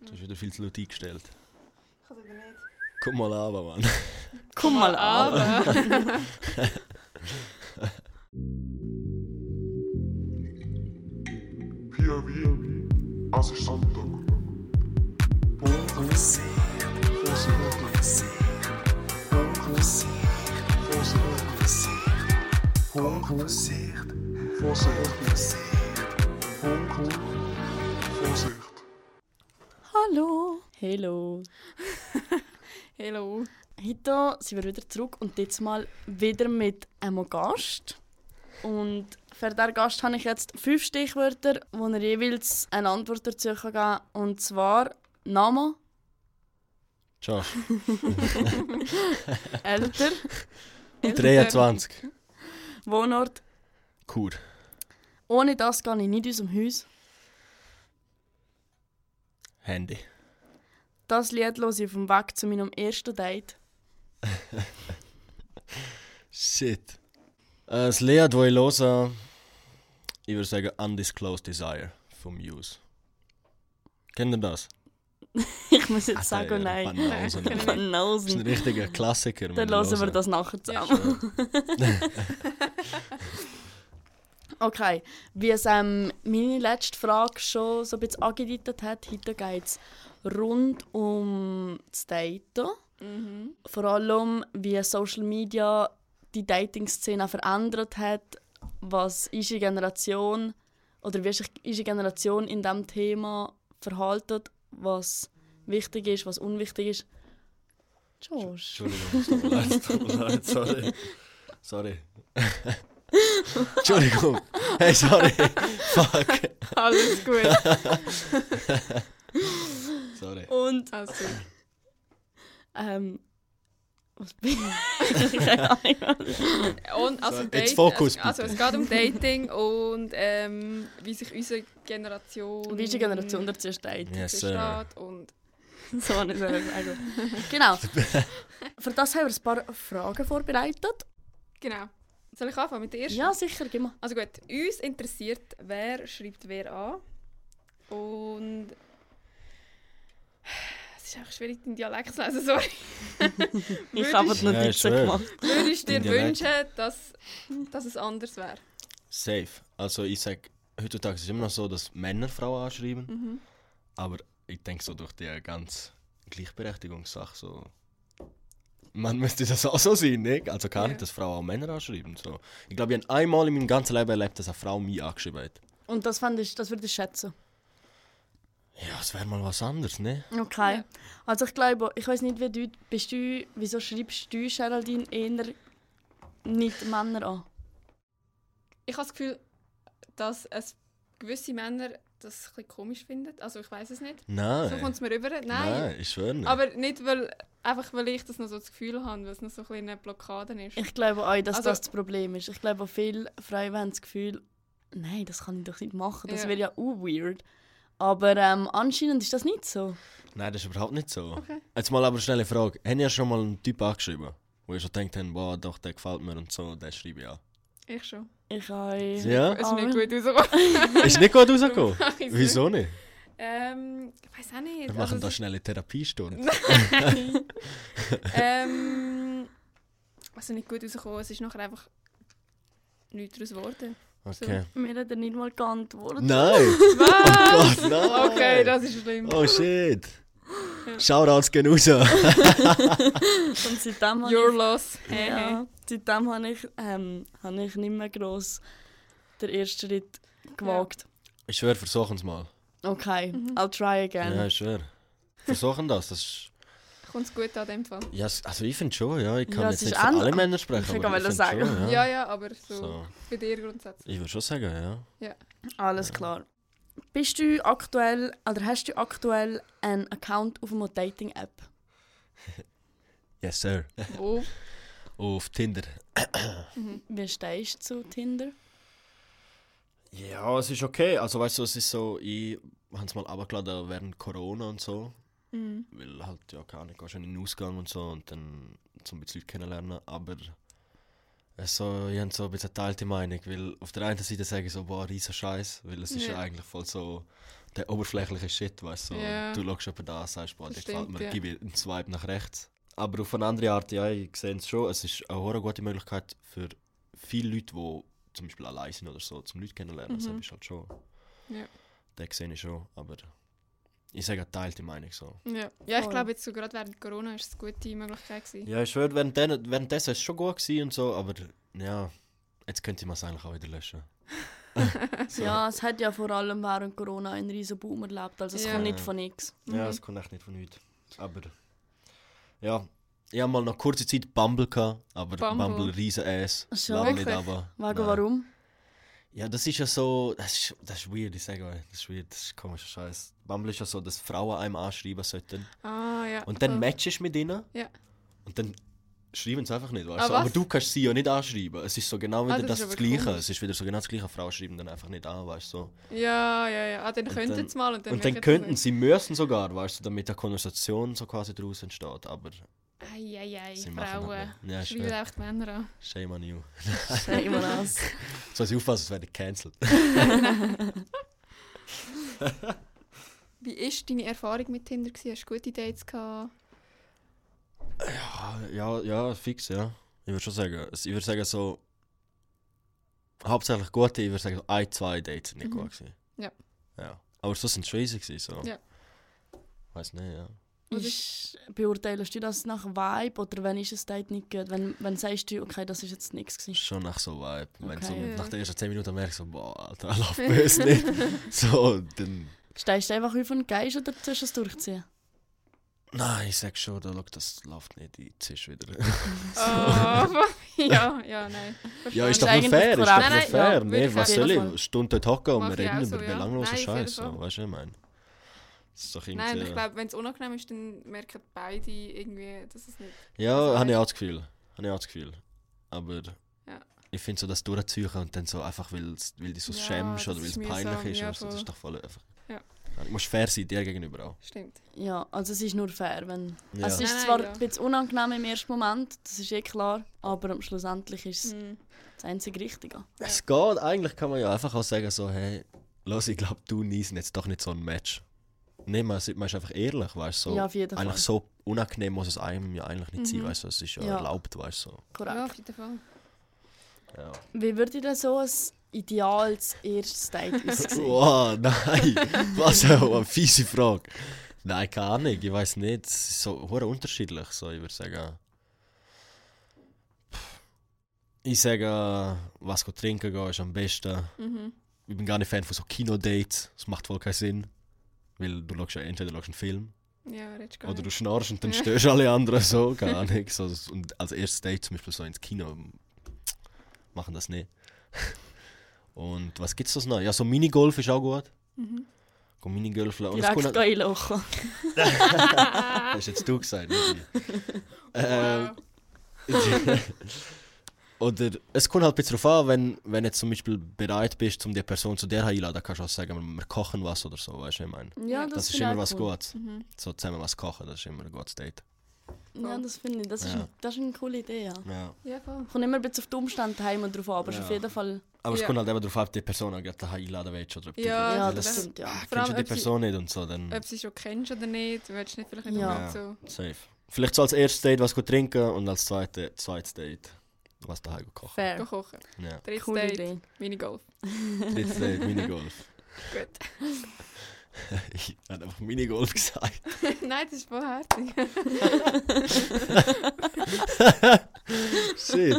Du hast wieder viel zu laut eingestellt. Ich kann es aber nicht. Komm mal runter, Mann. Komm mal an. POV, es ist Sonntag. Vorsicht. Hallo. Hello. Hello. Heute sind wir wieder zurück und jetzt mal wieder mit einem Gast. Und für diesen Gast habe ich jetzt 5 Stichwörter, wo er jeweils eine Antwort dazu geben kann. Und zwar Name, Josh. Alter, 23. Wohnort. Kur. Ohne das gehe ich nicht aus dem Haus. Handy. Das Lied höre ich auf dem Weg zu meinem ersten Date. Shit. Das Lied, das ich höre, ich würde sagen Undisclosed Desire von Muse. Kennt ihr das? Ich muss jetzt sagen, nein. Banausen. Das ist ein Banausen. richtiger Klassiker. Dann hören wir das nachher zusammen. Okay, wie es meine letzte Frage schon so ein bisschen angedeutet hat, heute geht es rund um das Daten. Vor allem, wie Social Media die Dating-Szene verändert hat. Was unsere Generation oder wie sich unsere Generation in diesem Thema verhält, was wichtig ist, was unwichtig ist. Josh. Entschuldigung, es tut mir leid, sorry. Sorry. Entschuldigung. Hey, sorry. Fuck. Alles gut. Sorry. Und Also, was bin ich? Keine Ahnung. und, also, So, jetzt Fokus, also bitte. es geht um Dating und wie sich unsere Generation... Wie unsere Generation dazu steht. Yes, versteht sir. und... So habe ich es sagen. Genau. Für das haben wir ein paar Fragen vorbereitet. Genau. Soll ich anfangen mit der ersten? Ja, sicher, gib mal. Also gut, uns interessiert, wer schreibt wer an. Und... Es ist auch schwierig, den Dialekt zu lesen, sorry. Ich habe die Ja, Notizen ist schwer. gemacht. Würdest du dir Den Dialekt. wünschen, dass es anders wäre? Safe. Also ich sage, heutzutage ist es immer noch so, dass Männer Frauen anschreiben. Aber ich denke so durch die ganze Gleichberechtigungssache so... Man müsste das auch so sein, nicht? Also kann Ja. ich, dass Frauen auch Männer anschreiben. So. Ich glaube, ich habe einmal in meinem ganzen Leben erlebt, dass eine Frau mich angeschrieben hat. Und das würde ich schätzen. Ja, es wäre mal was anderes, ne? Okay. Ja. Also ich glaube, ich weiß nicht, wieso schreibst du, Geraldine, eher nicht Männer an? Ich habe das Gefühl, dass es gewisse Männer das ein bisschen komisch finden. Also ich weiß es nicht. Nein. So kommt es mir rüber. Nein. Nein, ich schwöre nicht. Aber nicht, weil ich das noch so das Gefühl habe, weil es noch so ein bisschen eine Blockade ist. Ich glaube auch, dass Also- das Problem ist. Ich glaube auch viele Frauen haben das Gefühl, nein, das kann ich doch nicht machen. Das Ja. wäre ja auch weird. Aber anscheinend ist das nicht so. Nein, das ist überhaupt nicht so. Okay. Jetzt mal aber schnell eine Frage. Haben ihr schon mal einen Typ angeschrieben, wo ihr schon denkt habt, wow, doch, der gefällt mir und so, den schreibe ich an? Ich schon. Ich habe... Ja? Es ist nicht gut rausgekommen. Ist nicht gut rausgekommen? Darum mache ich's Wieso nicht? Ich weiß auch nicht. Wir machen da schnell eine Therapiestunde. Nein. Also nicht gut rausgekommen. Es ist nachher einfach nichts daraus geworden. Okay. Mir hat er nicht mal geantwortet. Nein! Was? Oh Gott, nein! Okay, das ist schlimm. Oh shit! Ja. Shoutouts gehen raus! Und seitdem habe Your ich... loss. Ja, seitdem habe ich nicht mehr gross den ersten Schritt gewagt. Ich schwöre, versuchen es mal. Okay, I'll try again. Ja, ich schwöre. Versuchen das. Das ist, Kommt es gut an dem Fall? ja, also ich finde schon, ja. Ich kann Ja, jetzt es nicht ist für ähnlich. alle Männer sprechen, Ich aber kann ich finde sagen. schon, Ja, ja. aber so, So. bei dir grundsätzlich. Ich würde schon sagen, ja. Alles klar. Bist du aktuell, oder hast du aktuell einen Account auf einer Dating-App? Yes, sir. Wo? Auf Tinder. Wie stehst du zu Tinder? Ja, es ist okay. Also weißt du, es ist so, ich habe es mal runtergeladen während Corona und so. Weil halt, ja, keine Ahnung, gehst in den Ausgang und so und dann so ein bisschen Leute kennenlernen. Aber so, ich habe so ein bisschen geteilte Meinung, weil auf der einen Seite sage ich so, boah, riesen Scheiß, weil es ist ja Ja. eigentlich voll so der oberflächliche Shit, weißt du. So, Ja. du schaust jemanden an, sagst, boah, Das der gefällt stimmt, mir, ja. gib ihr einen Swipe nach rechts. Aber auf eine andere Art, ja, ich sehe es schon, es ist eine sehr gute Möglichkeit für viele Leute, die zum Beispiel allein sind oder so, zum Leute kennenlernen. Das ist halt schon. Ja. Den sehe ich schon, aber ich sage, teilt die Meinung so. Ja, ja ich Voll. glaube, jetzt so gerade während Corona war es eine gute Möglichkeit gewesen. Ja, ich schwöre, währenddessen war es schon gut gewesen und so, aber ja, jetzt könnte man es eigentlich auch wieder löschen. So. Ja, es hat ja vor allem während Corona einen riesen Boom erlebt, also es Ja. kommt nicht von nichts. Ja, es kommt echt nicht von nichts. Aber ja, ich habe mal noch kurze Zeit Bumble gehabt, aber Bumble. Bumble riesen Ass. Ach so, Lange nicht, wirklich? aber. Wegen nein. warum? Ja, das ist ja so, das ist weird, ich sage euch, das ist weird, das ist komischer Scheiß. Bumble ist ja so, dass Frauen einem anschreiben sollten Ah, ja. und dann voll. matchest du mit ihnen Ja. und dann schreiben sie einfach nicht, weißt Ah, du. was? Aber du kannst sie ja nicht anschreiben. Es ist so genau wieder das das, ist aber Gleiche. komisch. Es ist wieder so genau das Gleiche. Frauen schreiben dann einfach nicht an, weißt du. So. Ja. Ah, dann könnten dann- sie mal und dann Und dann merken könnten sie sie, müssen sogar, weißt du, damit eine Konversation so quasi daraus entsteht. Aber nicht. Ei, sie machen Frauen. halt nicht. Ja, ich Schreiben schwör. einfach die Männer an. Shame on you. Sag mal das. Soll ich aufpassen, es werde gecancelt. Wie war deine Erfahrung mit Tinder? Hast du gute Dates gehabt? Ja, fix, ja. Ich würde schon sagen. Ich würde sagen, so. Hauptsächlich gute, ich würde sagen, so 1-2 Dates sind nicht gut gewesen. Ja. Ja. Aber so sind es schon easy gewesen, so. Ja. Weiß nicht, ja. Beurteilst du das nach Vibe oder wenn ist ein Date nicht gut? Wenn sagst du, okay, das ist jetzt nichts gewesen? Schon nach so Vibe. Wenn Okay. so, Ja. nach den ersten 10 Minuten merkst du so, boah, Alter, er läuft böse nicht. So, dann. Stehst du einfach auf und gehst oder tust du es durchziehen? Nein, ich sag schon, das läuft nicht, ich zisch wieder. Oh, ja, nein. Ja, ist Ist doch nur eigentlich fair, ist doch korrekt. nur Nein, fair. ja, Nee, wirklich, was auf soll jeden ich? Fall. Stunde dort hocken und Mach wir ich auch reden so, über ja. belanglosen Nein, auf Scheiß. jeden So. Fall. Weißt du, was ich meine? Das ist doch irgendwie. Nein, ich glaube, wenn es unangenehm ist, dann merken beide irgendwie, dass es nicht... Ja, Also, habe ich weißt- auch das Gefühl. Aber Ja. ich finde so das Durchziehen und dann so einfach, weil du so Ja, schämst oder das weil es ist peinlich mühsam, ist. ja, oder so, das voll. ist doch voll einfach. Ja. Du musst fair sein, dir gegenüber auch. Stimmt. Ja, also es ist nur fair. Wenn Ja. Es ist Nein, zwar ja. ein bisschen unangenehm im ersten Moment, das ist eh klar, aber schlussendlich ist es Mhm. das einzig Richtige. Es geht, eigentlich kann man ja einfach auch sagen, so, hey, los, ich glaube, du und ich sind jetzt doch nicht so ein Match. Nee, man ist einfach ehrlich, weißt du. So, Ja, auf jeden Fall. eigentlich so unangenehm muss es einem ja eigentlich nicht sein, Mhm. weißt du. Es ist ja, Ja. erlaubt, weißt du. So. Korrekt. Ja, auf jeden Fall. Ja. Wie würde denn so ein ideales erstes Date aussehen? Wow, nein, was eine fiese Frage. Nein, gar nicht, ich weiß nicht. Es ist so hure unterschiedlich, so, ich würde sagen. Ich sage, was trinken gehen ist am besten. Mhm. Ich bin gar nicht Fan von so Kinodates. Das macht voll keinen Sinn. Weil du schaust ja entweder schaust einen Film Ja, redest gar oder du nicht. schnarchst und dann Ja. störst alle anderen so. Gar nicht. So, und als erstes Date zum Beispiel so ins Kino machen das nicht. Und was gibt's das noch? Ja, so Minigolf ist auch gut. Mhm. Go Minigolfen. Und es Direkt kommt- einlochen. Das hast jetzt du gesagt, nicht ich. Oder es kommt halt ein bisschen darauf an, wenn du jetzt zum Beispiel bereit bist, um die Person zu dir einzuladen, dann kannst du auch sagen, wir kochen was oder so, weißt du, was ich meine. Ja, Das ist finde ich immer auch was cool. Gutes. Mhm. So zusammen was kochen, das ist immer ein gutes Date. Ja, das finde ich. Das ist, Ja. das ist eine coole Idee, ja. Ja. Ja, voll. Kommt immer ein bisschen auf die Umstände daheim und drauf an, aber es ist Ja. auf jeden Fall... Aber es Ja. kommt halt eben darauf an, ob die Person auch gerade daheim einladen willst oder ob du Ja, Ja, das- das stimmt, ja. Vor kennst du allem, die ob sie- Person nicht und so, dann Ob sie schon kennst oder nicht, willst du nicht vielleicht nicht Ja. unbedingt so. safe. Vielleicht so als erstes Date was gut trinken und als zweites Date was daheim kochen. Fair. Go kochen. Ja. Drittes Coole Date, Idee. Minigolf. Drittes Date, Minigolf. Gut. Ich habe einfach Minigolf gesagt. Nein, das ist voll herzig. Shit.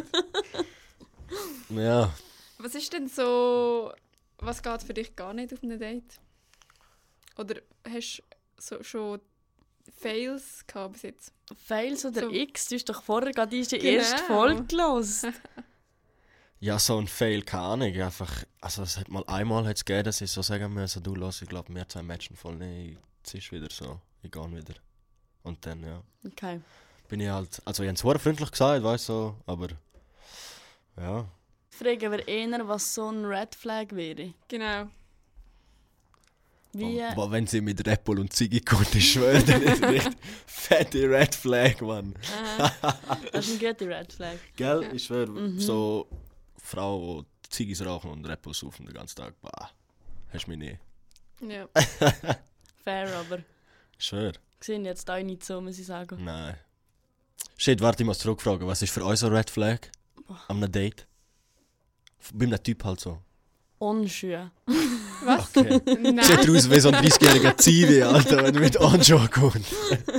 Ja. Was ist denn so... Was geht für dich gar nicht auf einem Date? Oder hast du so, schon Fails gehabt bis jetzt? Fails oder So- X, du hast doch vorher gerade die Genau. erste Folge gelesen. Ja, so ein Fail keine Ahnung. Einfach, also es hat mal einmal hat's gegeben, dass ich so sagen musste, du los, ich glaube, wir zwei matchen voll nicht. Jetzt ist wieder so, ich gehe wieder. Und dann, ja, Okay. bin ich halt, also ich habe es sehr freundlich gesagt, weißt du, so, aber ja. Fragen wir eher, was so ein Red Flag wäre. Genau. Wie... Aber wenn sie mit Red Bull und Ziggy kommt, ich schwöre, dann ist richtig fette Red Flag, Mann. Das ist ein guter Red Flag. Gell? Ja. Ich schwöre, so Frau, die Ziggis rauchen und Red Bull saufen den ganzen Tag, bah, hast du mich nicht. Ja. Fair, aber Schwör. gesehen jetzt auch nicht so, muss ich sagen. Nein. Shit, warte, ich muss zurückfragen. Was ist für euch so Red Flag an einem Date? Bei einem Typ halt so. Unschuhe. Was? Okay. Nein. Sieht aus wie so ein 30-jähriger Zivi, Alter, wenn er mit Anschauen kommt.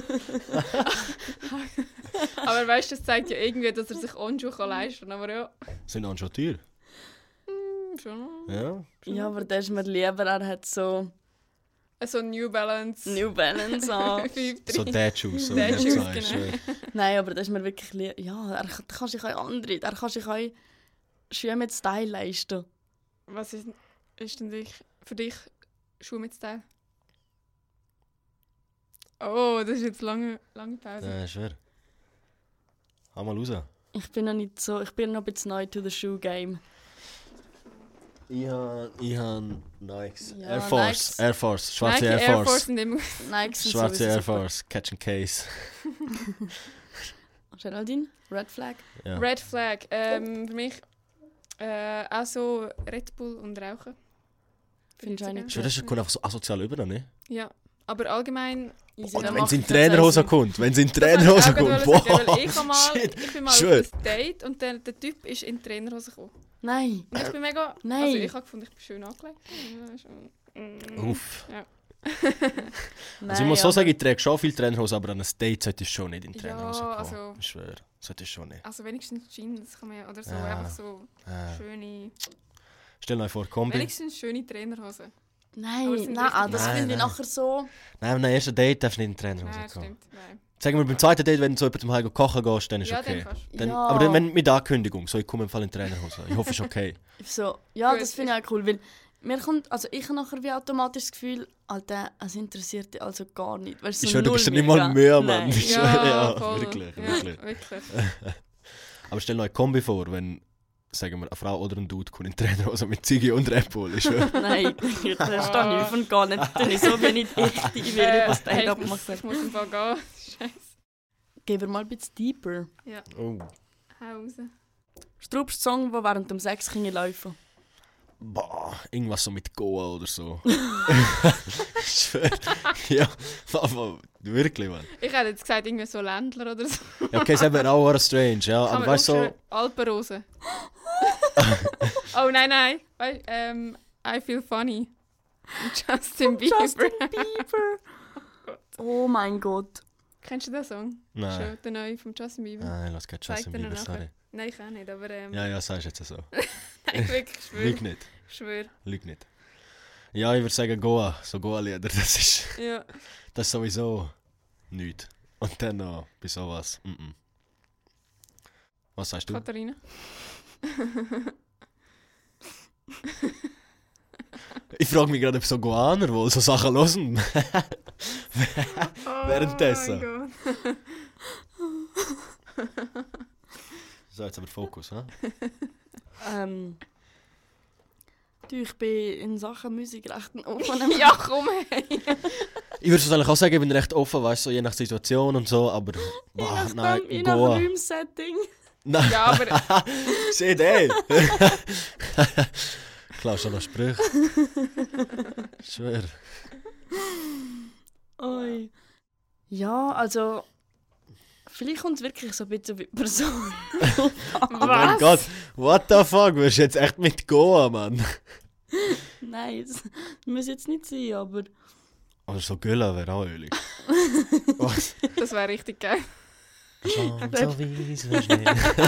Aber weißt du, das zeigt ja irgendwie, dass er sich Onschuhe leisten kann. Aber ja, Sind Anschauen teuer? schon. Ja. Ja, aber der ist mir lieber, er hat so So New Balance. New Balance an. 5, So Dad-Shoes. So Dad-Shoes, wie du sagst, genau. schwör. Nein, aber das ist mir wirklich lieber. Ja, er kann sich auch andere, er kann sich auch Schuhe mit Style leisten. Was ist denn für dich Schuhe mit Style? Oh, das ist jetzt lange Pause. Ja, schwör. Hau mal raus. Ich bin noch nicht so, ich bin noch ein bisschen neu to the shoe game. Ich habe Nikes. Ja, Air Force. Nikes. Air Force. Schwarze Nike Air Force. in dem Nikes sind Schwarze sowieso Air super. Force. Catch and Case. Geraldine, Red Flag. Ja. Red Flag. Für mich auch so Red Bull und Rauchen. Findest du auch nicht Schwör, das kommt einfach so asozial über, ne? Ja, aber aber allgemein... Easy, Und dann wenn macht sie in das Trainerhose auch Sinn. kommt. Wenn sie in Das wollte Trainerhose ich auch kommt. gerade sagen, weil Boah. ich bin mal Schwör. auf ein Date und der Typ ist in Trainerhose gekommen. Nein. Und ich bin mega... Nein. Also ich habe gefunden, ich bin schön angelegt. Ja, schon- Uff. Ja. Also ich muss so sagen, ich trage schon viel Trainerhose, aber an einem Date sollte ich schon nicht in Ja, Trainerhose kommen. also- Ich schwöre, sollte ich schon nicht. Also wenigstens Jeans kann man ja... Oder so, Ja. einfach so Ah. schöne... Stell dir mal vor, Kombi. Wenigstens schöne Trainerhosen. Nein, Aber es sind nein, richtig- das Nein, finde ich nein. nachher so. Nein, am ersten Date darfst du nicht in Trainerhose Nein, kommen. stimmt. Nein. Sagen wir, beim zweiten Date, wenn du so jemand zum Heim kochen gehst, dann ist Ja, okay. dann kannst du. Dann, Ja. Aber dann, wenn mit Ankündigung, so ich komme im Fall in Trainerhose. Ich hoffe, es ist okay. So, ja, Gut. das finde ich auch cool, weil mir kommt, also ich habe nachher wie automatisch das Gefühl, Alter, es interessiert dich also gar nicht. Weißt, Ich so schwöre, du null bist ja nicht mal mehr, Mann. Nein. Ich schwöre, Ja, ja, voll. wirklich, Ja, wirklich. wirklich. Aber stell dir eine Kombi vor, wenn, sagen wir, eine Frau oder ein Dude kommt in Trainerhose mit Ziggy und Red Bull. Ich schwöre. Nein, das stehe ich von gar nicht. Dann ist so, wenn ich echt ich will über Stand-up ich machen. muss im Fall gehen. Scheiße. Gehen wir mal ein bisschen deeper. Ja, Oh. hau raus. Strubst Song, der während dem Sex laufen. Boah, irgendwas so mit Goa oder so. Ich schwöre. Ja, aber wirklich, Mann. Ich hätte jetzt gesagt, irgendwie so Ländler oder so. Ja, okay, es wäre auch strange, ja. Kann Aber man weißt du, so, aufschreiben. Alpenrose. Oh nein. Weißt, I feel funny. Justin Bieber. Justin Bieber! Oh mein Gott. Kennst du den Song? nein. Schon, der neue von Justin Bieber. Nein, lass geht Zeig Justin dir ihn Bieber, nachher. sorry. Nein, ich auch nicht, aber Ja, sagst du jetzt so. nein, wirklich, ich Lüg schwöre. nicht, Ich schwöre. lüg nicht. Ja, ich würde sagen Goa, so Goa-Lieder, das ist Ja. sowieso nichts. Und dann noch bei sowas, Was sagst du? Katharina? Ich frage mich gerade, ob so Goaner wohl so Sachen hören. Währenddessen. Oh mein Gott. So, jetzt aber Fokus, hä? Du, ich bin in Sachen Musik recht ein offener Ja, komm hey. Ich würde eigentlich auch sagen, ich bin recht offen, weißt du, so, je nach Situation und so, aber boah, nein, Je nach Goa. Räumsetting. Nein, Ja, aber seht ey! Klar, schon noch Sprüche. Ich schwör. Oi. Ja, also. Vielleicht kommt es wirklich so ein bisschen auf die Person. Oh mein Gott, what the fuck, wirst du jetzt echt mit Goa, Mann? Nein, das muss jetzt nicht sein, aber. Oder so Gülla wäre auch ölig. Was? das wäre richtig geil. Schon so weiss wie Schnee.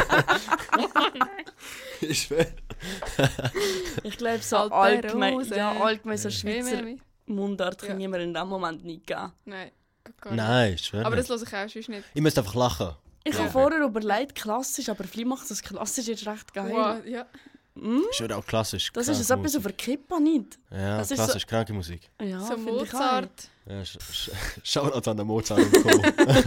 Ich schwör. Ich glaube, so Alte allgemein, Rose. ja, allgemein so Hey, Schweizer Mami. Mundart kann Ja. niemand in dem Moment nicht geben. Nein, gar nicht. Nein, ich schwör Aber das nicht. höre ich auch sonst nicht. Ich müsste einfach lachen. Ich Ja. habe vorher überlegt, klassisch, aber vielleicht macht das klassisch jetzt recht geil. Wow, ja. Ich schwör auch klassisch. Das ist kranke so etwas auf Musik. der Kippe, nicht? Ja, das ist klassisch kranke Musik. Ja, so finde ich auch. Mozart. Ja, schau an den Mozart und Co.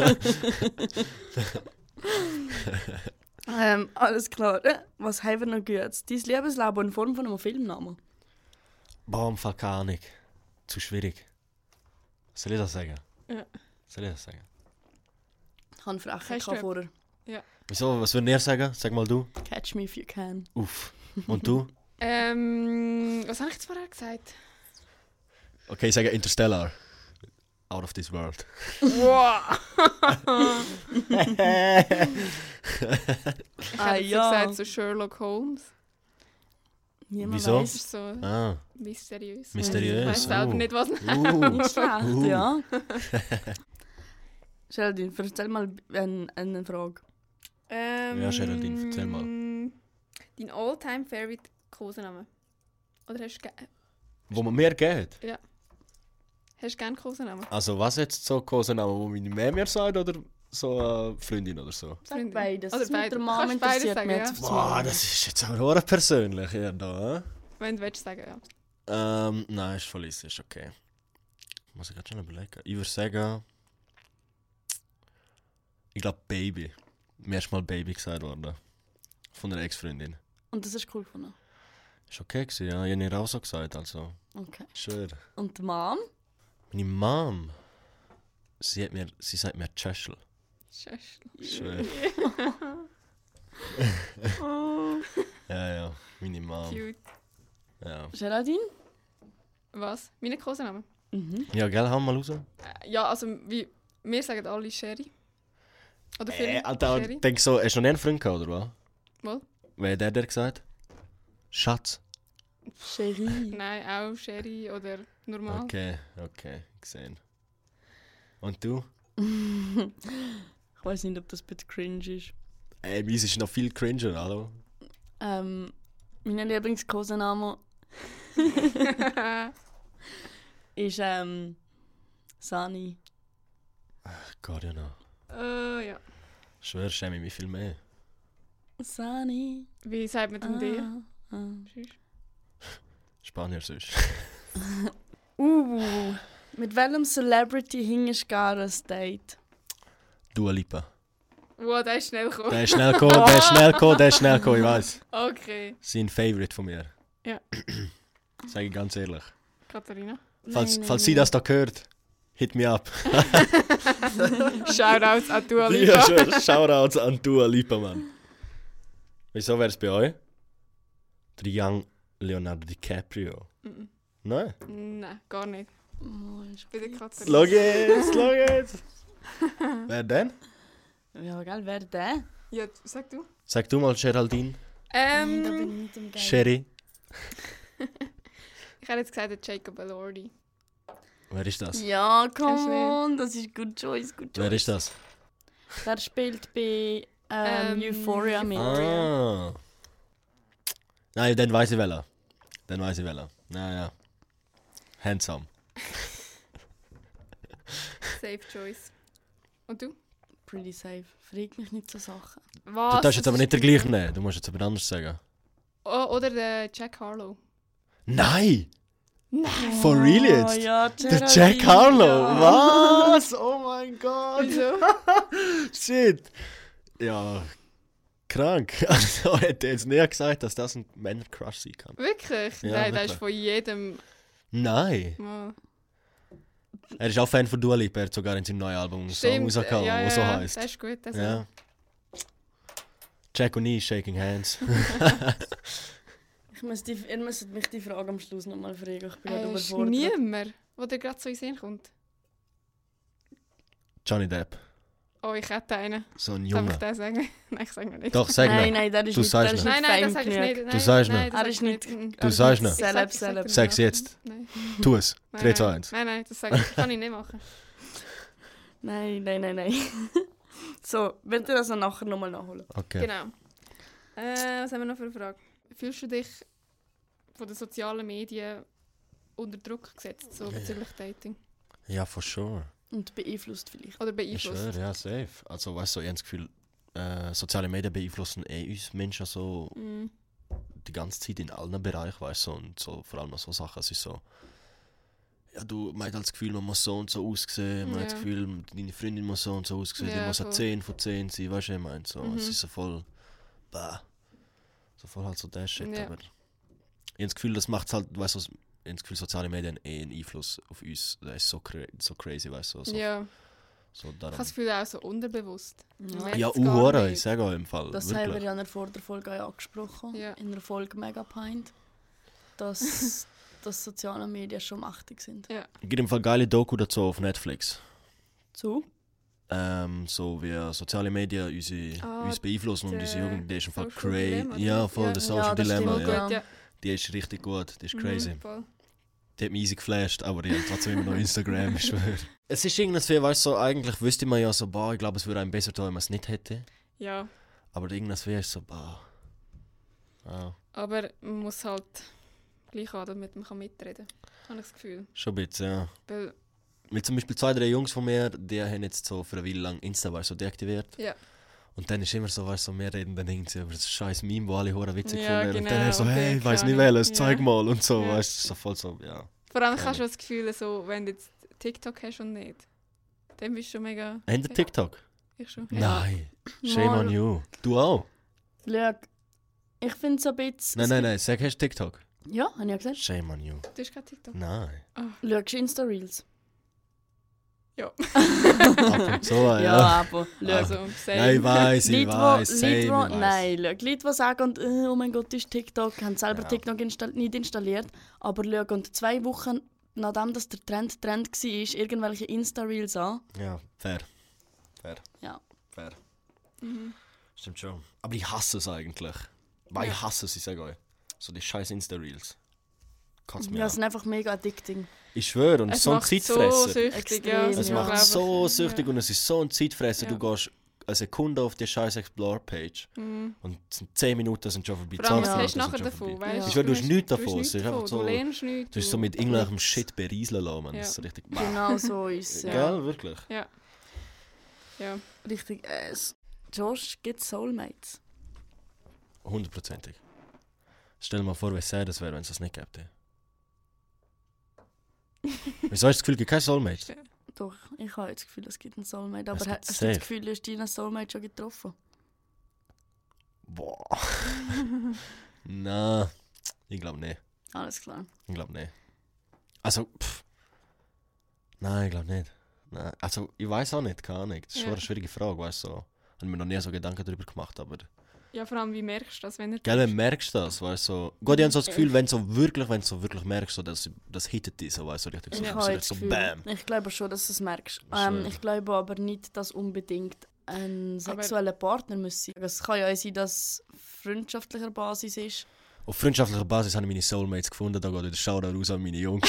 Alles klar. Was haben wir noch gehört? Dein Lebensleben in Form von einem Filmnamen? Boah, im Fall keine Ahnung. Zu schwierig. Soll ich das sagen? Ja. Soll ich das sagen? Ich habe Freche Hast du- vorher. Wieso? Was würdet ihr sagen? Sag mal du. Catch me if you can. Uff. Und du? Was habe ich jetzt vorher gesagt? Okay, ich sage Interstellar. Out of this world. Wow! Ich Ah, hätte ja. gesagt, so Sherlock Holmes. Niemand Wieso? Das weiss. ist so Ah, mysteriös. mysteriös. Ich weiß selber nicht, was... Nicht schlecht, ja. Uh. Geraldine, erzähl mal eine Frage. Ja, Geraldine, erzähl mal. Dein All-Time-Favorite Kosename? Oder hast du Wo man mir geht. gerne Kosenamen? Also was jetzt so Kosenamen, wo meine Mama mir sagt oder so eine Freundin oder so? Sag Freundin. beides. Oder Das mit beide. der Du Mom kannst beides interessiert sagen, mich ja. jetzt aufs Boah, Mal. das ist jetzt auch hure persönlich hier da. Wenn du willst sagen, ja. Nein, ist voll easy, ist okay. Muss ich gerade schon überlegen. Ich würde sagen... Ich glaube Baby. Mir ist mal Baby gesagt worden. Von einer Ex-Freundin. Und das ist cool gefunden. Ist okay gewesen, ja. Ich habe ihr auch so gesagt, also. Okay. Schön. Und die Mom? Meine Mom, sie sagt mir Tschöschel. Schön. Ja, meine Mom. Cute. Ja. Geraldine? Was? Meine Kosenamen? Mhm. Ja, gell, hau mal raus. Ja, also wie... Wir sagen alle Sherry. Oder viele. Alter, Sherry. denk so, hast du noch nie einen Freund gehabt, oder was? Mal? Wer hat der gesagt? Schatz. Cherie. Nein, auch Sherry oder normal. Okay, gesehen. Und du? Ich weiß nicht, ob das ein bisschen cringe ist. Meins ist noch viel cringer, hallo? Mein Lieblingskosename ist Sani. Geht ja noch. Ja. Schwör, schäme ich mich viel mehr. Sani. Wie sagt man denn dir? Ah. Spanier sonst. Mit welchem Celebrity hingest du gerne ein Date? Dua Lipa. Wow, der ist schnell gekommen. Der ist schnell gekommen, ich weiß. Okay. Sein Favorite von mir. Ja. Sag ich ganz ehrlich. Katharina. Falls sie das da hört, hit me up. Shoutouts an Dua Ja, Lipa. schon. Shoutouts an Dua Lipa, Mann. Wieso wäre es bei euch? Der Young Leonardo DiCaprio. Nein? Nein, gar nicht. Oh, ist Bei der Katharina. Schau jetzt. Wer denn? Ja, gell, wer der? Ja, sag du. Sag du mal, Geraldine. Da bin ich nicht im Geist. Sherry. Ich hätte jetzt gesagt, der Jacob Elordi. Wer ist das? Ja, Kennst du come on, das ist good choice, good choice. Wer ist das? Der spielt bei Euphoria mit. Ah. Nein, dann weiß ich welcher. Ja. Handsome. Safe choice. Und du? Pretty safe. Frag mich nicht so Sachen. Was? Du darfst jetzt Das aber ist nicht den gleichen nehmen. Du musst jetzt aber anders sagen. Oder der Jack Harlow. Nein! For real jetzt? Oh, ja, Der Jack Harlow? Ja. Was? Oh mein Gott! Wieso? Shit! Ja, krank. Also, hätte jetzt näher gesagt, dass das ein Männer-Crush sein kann. Wirklich? Ja, Nein, der wirklich. ist von jedem... Nein! Mal. Er ist auch Fan von Dua Lipa. Er hat sogar in seinem neuen Album einen Song Stimmt, rausgehauen, ja, der so ja, heisst. das ist gut. Das Ja. Jack und ich, shaking hands. Ihr müsst mich die Frage am Schluss nochmal fragen. Ich bin gerade ist überfordert. niemand, der dir gerade so in den Sinn kommt. Johnny Depp. Oh, ich hätte einen. So ein Darf ich Junge. den sagen? Nein, ich sage noch nicht. Doch, sag Nein, mir. nein, der ist Du nicht, sagst der ist nicht. Nein, nicht nein, das Fame sage ich genug. nicht. Du Nein, sagst nein, nicht. das Er sag ist ich nicht- Du sagst nicht. Ich sag- ich Celeb. sag- Sag's jetzt. Nein. Tu es. Nein, 3, 2, nein. 1. Nein, das sage ich. Kann ich nicht machen. Nein. So, wollt ihr das dann nachher nochmal nachholen? Okay. Genau. Was haben wir noch für eine Frage? Fühlst du dich von den sozialen Medien unter Druck gesetzt, so bezüglich Dating? Ja, for sure. Und beeinflusst vielleicht. Oder Ich beeinflusst? schwöre, ja, safe. Also, weißt du, ich habe das Gefühl, soziale Medien beeinflussen uns Menschen so Mm. die ganze Zeit in allen Bereichen, weißt du, und so, vor allem so Sachen, es ist so, ja, man hat halt das Gefühl, man muss so und so aussehen, man hat das Ja. Gefühl, deine Freundin muss so und so aussehen, die Ja, muss eine voll. 10 von 10 sein, weißt du, was ich meine? So, Mhm. es ist so voll, so voll halt so der Shit, Ja. aber ich habe das Gefühl, das macht halt, weißt du, ich habe das Gefühl, soziale Medien einen Einfluss auf uns, der ist so crazy, weißt du, so, Ja, so ich darum. habe das Gefühl auch so unterbewusst. Man merkt Ja, es gar Uhura, nicht. ich sage auch im Fall, Das haben wir wirklich. ja in der Folge auch angesprochen. Ja. In der Folge Megapint. Dass dass soziale Medien schon mächtig sind. Ja. Es gibt im Fall geile Doku dazu auf Netflix. So? So wie soziale Medien uns beeinflussen und unsere Jugend, die ist im Fall Social crazy. Dilemma, Ja, oder? voll, Ja. das Social Ja, das Dilemma. stimmt, Ja. Gut, ja. Die ist richtig gut, die ist crazy. Voll. Die hat mich easy geflasht, aber ich habe trotzdem immer noch Instagram, ich schwöre. Es ist irgendwie, weißt du, so, eigentlich wüsste man ja so, ich glaube, es würde einem besser tun, wenn man es nicht hätte. Ja, Aber irgendwas wäre so, Ah, aber man muss halt gleich an, damit man mitreden kann. Habe ich das Gefühl. schon ein bisschen, ja. Weil, Zum Beispiel 2, 3 Jungs von mir, die haben jetzt so für eine Weile lang Insta so deaktiviert. ja. Und dann ist immer so, weißt du, so, wir reden dann irgendwie über das scheiß Meme, wo alle hure witzig Ja, gefunden haben. Und genau, dann er so, okay, hey, ich weiss keine nicht Ahnung. welches, zeig Ja. mal und so, Ja. weißt du, so voll so, ja. Vor allem Keine hast du das Gefühl, so, wenn du jetzt TikTok hast und nicht, dann bist du schon mega... Habt ihr TikTok? Ich schon. Nein. Shame Mal. on you. Du auch? Schau, ich finde es ein bisschen... Nein, sag, hast du TikTok? Ja, habe ich ja gesagt. Shame on you. Du hast kein TikTok? Nein. Schaust du Insta-Reels? Ab und zu, ja. aber schau. Also, same. Nein, ich weiss, Leute, same, ich weiss. nein, schau, Leute, die sagen, oh mein Gott, das ist TikTok, haben selber Ja. TikTok nicht installiert, aber schau, und 2 Wochen nachdem das der Trend war, irgendwelche Insta-Reels an. Ja, fair. Ja. Fair. Stimmt schon. Aber ich hasse es eigentlich. Weil ich hasse es, ich sage euch. So die scheiß Insta-Reels. Kotzt mir Ja, an. es sind einfach mega addicting. Ich schwöre, und es ist so ein macht Zeitfresser. so süchtig, Extrem, ja. Es ja. macht glaub ich. so süchtig Ja. und es ist so ein Zeitfresser. Ja. Du gehst eine Sekunde auf die scheiß Explore-Page und 10 Minuten sind schon vorbei. Vor allem, 20 was hast du Minuten nachher sind schon davon, vorbei. weißt Ja. Ich schwöre, du hast nichts du davon. Es ist einfach so, Du lernst nichts. du hast so mit irgendwelchem Shit berieseln lassen. Man. Ja. Das ist so richtig... Genau so ist es. Ja. Gell, wirklich? Ja. Richtig. Josh, gibt es Soulmates? 100%ig. Stell dir mal vor, wie sad es wäre, wenn es das nicht gäbe. Wieso hast du das Gefühl, es gibt keine Soulmates? Doch, ich habe das Gefühl, es gibt einen Soulmate. Aber Es gibt hast du safe. das Gefühl, du hast deinen Soulmate schon getroffen? Boah. Nein, ich glaube nicht. Alles klar. Ich glaube nicht. Also, nein, ich glaube nicht. Nein. Also, ich weiß auch nicht, keine Ahnung. Das ist schon Ja. eine schwierige Frage, weißt du. So. Ich habe mir noch nie so Gedanken darüber gemacht, aber... Ja, vor allem, wie merkst du das, wenn du... Gell, wenn merkst du das, weißt du. So. Gut, ich habe so das Gefühl, wenn du so wirklich merkst, so, dass das hittet dich, so, weißt du, richtig so, Ich so, habe richtig das so Gefühl, bam. ich glaube schon, dass du es merkst. So. Ich glaube aber nicht, dass unbedingt ein sexueller Partner muss sein. Es kann ja auch sein, dass es freundschaftlicher Basis ist. Auf freundschaftlicher Basis habe ich meine Soulmates gefunden, da geht der Shoutout raus an meine Jungs.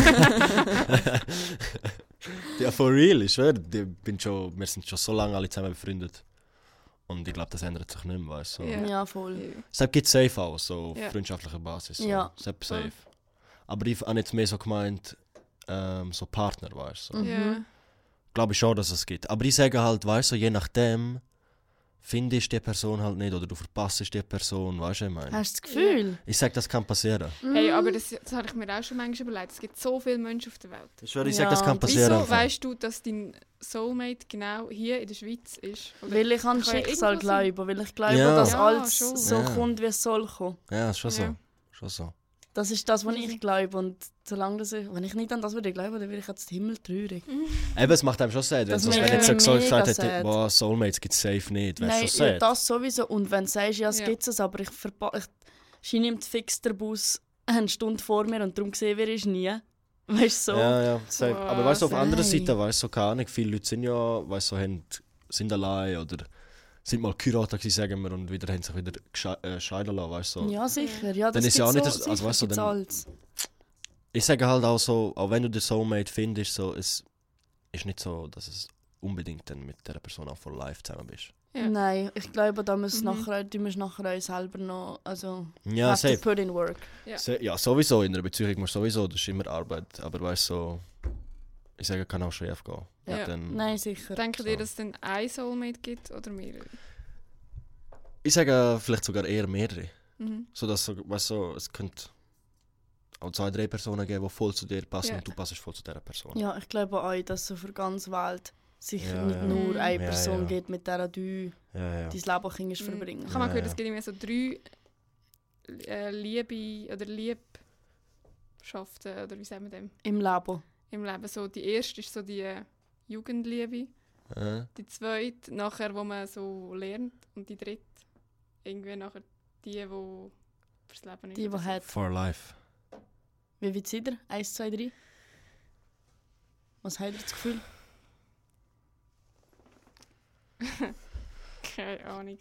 Ja, for real, ich schwöre, wir sind schon so lange alle zusammen befreundet. Und ich glaube, das ändert sich nicht mehr, weißt du. So. Ja. Ja, voll. Deshalb gibt es safe auch, so auf Ja. freundschaftlicher Basis. So. Ja. Deshalb Voll. safe. Aber ich habe jetzt mehr so gemeint, so Partner, weißt du. So. Ja. Glaube ich schon, dass es gibt. Aber ich sage halt, weißt du, je nachdem, findest die Person halt nicht oder du verpasst die Person, weißt du, ich meine. Hast du das Gefühl? Ich sage, das kann passieren. Hey, aber das habe ich mir auch schon manchmal überlegt. Es gibt so viele Menschen auf der Welt. Ich schwöre, ich Ja, sage, das kann und passieren. Wieso weißt du, dass dein Soulmate genau hier in der Schweiz ist? Oder Weil ich an kann ja Schicksal irgendwo sein. glaube. Weil ich glaube, Ja. dass Ja, alles schon. so Ja. kommt, wie es soll kommen. Ja, ist schon so. Ja. Schon so. Das ist das, was ich glaube. Und solange das wenn ich nicht an das würde glauben, dann wäre ich jetzt himmeltraurig. Eben, es macht einem schon sad. Wenn Das so- macht wenn jetzt so mich gesagt mega hätte, sad. boah, Soulmates gibt es safe nicht, wäre Nein, schon ja, sad. das sowieso. Und wenn du sagst, ja, es Ja. gibt es, aber ich nimmt fix der Bus eine Stunde vor mir und darum gesehen wir ich nie. Weißt du, so. Ja, safe. Boah, Aber weißt du, auf der anderen nein. Seite, weißt du, so keine Ahnung, viele Leute sind ja, weißt du, sind allein oder sind mal geheiratet gewesen, sagen wir, und wieder haben sich wieder scheiden lassen, weißt du. So. Ja, sicher. Ja, das Dann ist ja auch gibt's nicht so, das- also sicher weißt du, gibt's dann- alles. Ich sage halt auch so, auch wenn du den Soulmate findest, so, es ist nicht so, dass es unbedingt dann mit dieser Person auch for life zusammen bist. Ja. Nein, ich glaube, da musst Mhm. du musst nachher auch selber noch, also, Ja, have to safe. put in work. Ja, sowieso, in einer Beziehung musst du sowieso, das ist immer Arbeit, aber weißt du, so, ich sage, kann auch schief gehen. Ja. Dann, Nein, sicher. denkt So. ihr, dass es dann ein Soulmate gibt oder mehrere? Ich sage vielleicht sogar eher mehrere. Mhm. So dass so, weißt du, es könnte auch 2, 3 Personen geben, die voll zu dir passen Ja. und du passst voll zu dieser Person. Ja, ich glaube auch, dass es auf der ganzen Welt sicher Ja, nicht ja. nur eine Ja, Person ja. gibt, mit der du Ja, ja. dein Leben kannst verbringen. Ich habe mal Ja, gehört, ja. es gibt immer so 3 Liebe oder Liebschaften, oder wie sagen wir dem, Im Leben. im Leben. So, die erste ist so die Jugendliebe, die zweite nachher, wo man so lernt, und die dritte irgendwie nachher die fürs Leben ist. Die oder so. hat. For life. Wie weit seid ihr? 1, 2, 3? Was habt ihr das Gefühl? Keine Ahnung.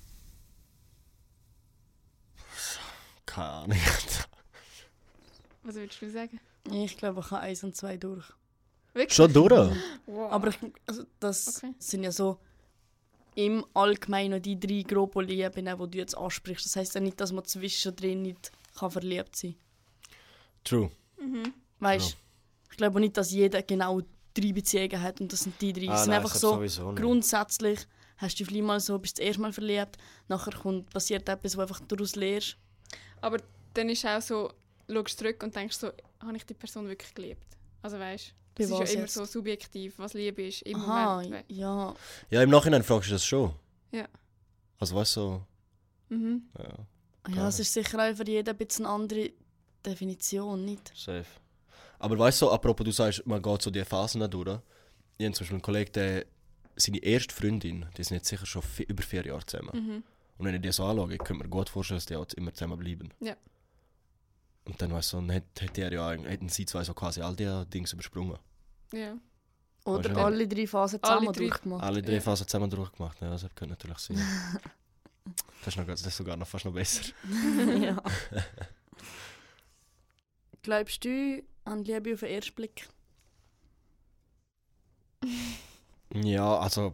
Keine Ahnung. Was würdest du sagen? Ich glaube, ich habe 1 und 2 durch. Wirklich? Schon durch? Wow. Aber das Okay. sind ja so im Allgemeinen die 3 groben Lieben, die du jetzt ansprichst. Das heisst ja nicht, dass man zwischendrin nicht verliebt sein kann. True. Weißt Ja. ich glaube nicht, dass jeder genau 3 Beziehungen hat und das sind die 3. Es sind nein, einfach das so sowieso nicht. grundsätzlich, hast du vielleicht mal so, bist du das erste Mal verliebt, nachher passiert etwas, wo einfach daraus lernst. Aber dann ist auch so, schaust zurück und denkst so, habe ich die Person wirklich geliebt? Also weißt Bei das ist ja was immer jetzt? so subjektiv, was Liebe ist, im Aha, Moment. ja. Ja, im Nachhinein fragst du das schon. Ja. Also weißt du, so, Mhm. ja, Ja, es ist sicher auch für jeden ein bisschen eine andere Definition, nicht? safe. Aber weißt du, apropos, du sagst, man geht so die Phasen da durch. Ich habe zum Beispiel einen Kollegen, der seine erste Freundin, die sind jetzt sicher schon über 4 Jahre zusammen. Mhm. Und wenn ich die so anschaue, ich könnte mir gut vorstellen, dass die auch immer zusammen bleiben. Ja. Und dann weißt du, dann hätten sie zwei so quasi all die Dinge übersprungen. Ja. Oder Wahrscheinlich. alle 3 Phasen Alle zusammen 3. durchgemacht. Alle 3 Ja. Phasen zusammen durchgemacht, ja, das könnte natürlich sein. Das ist sogar noch fast noch besser. Ja. Glaubst du an Liebe auf den ersten Blick? Ja, also.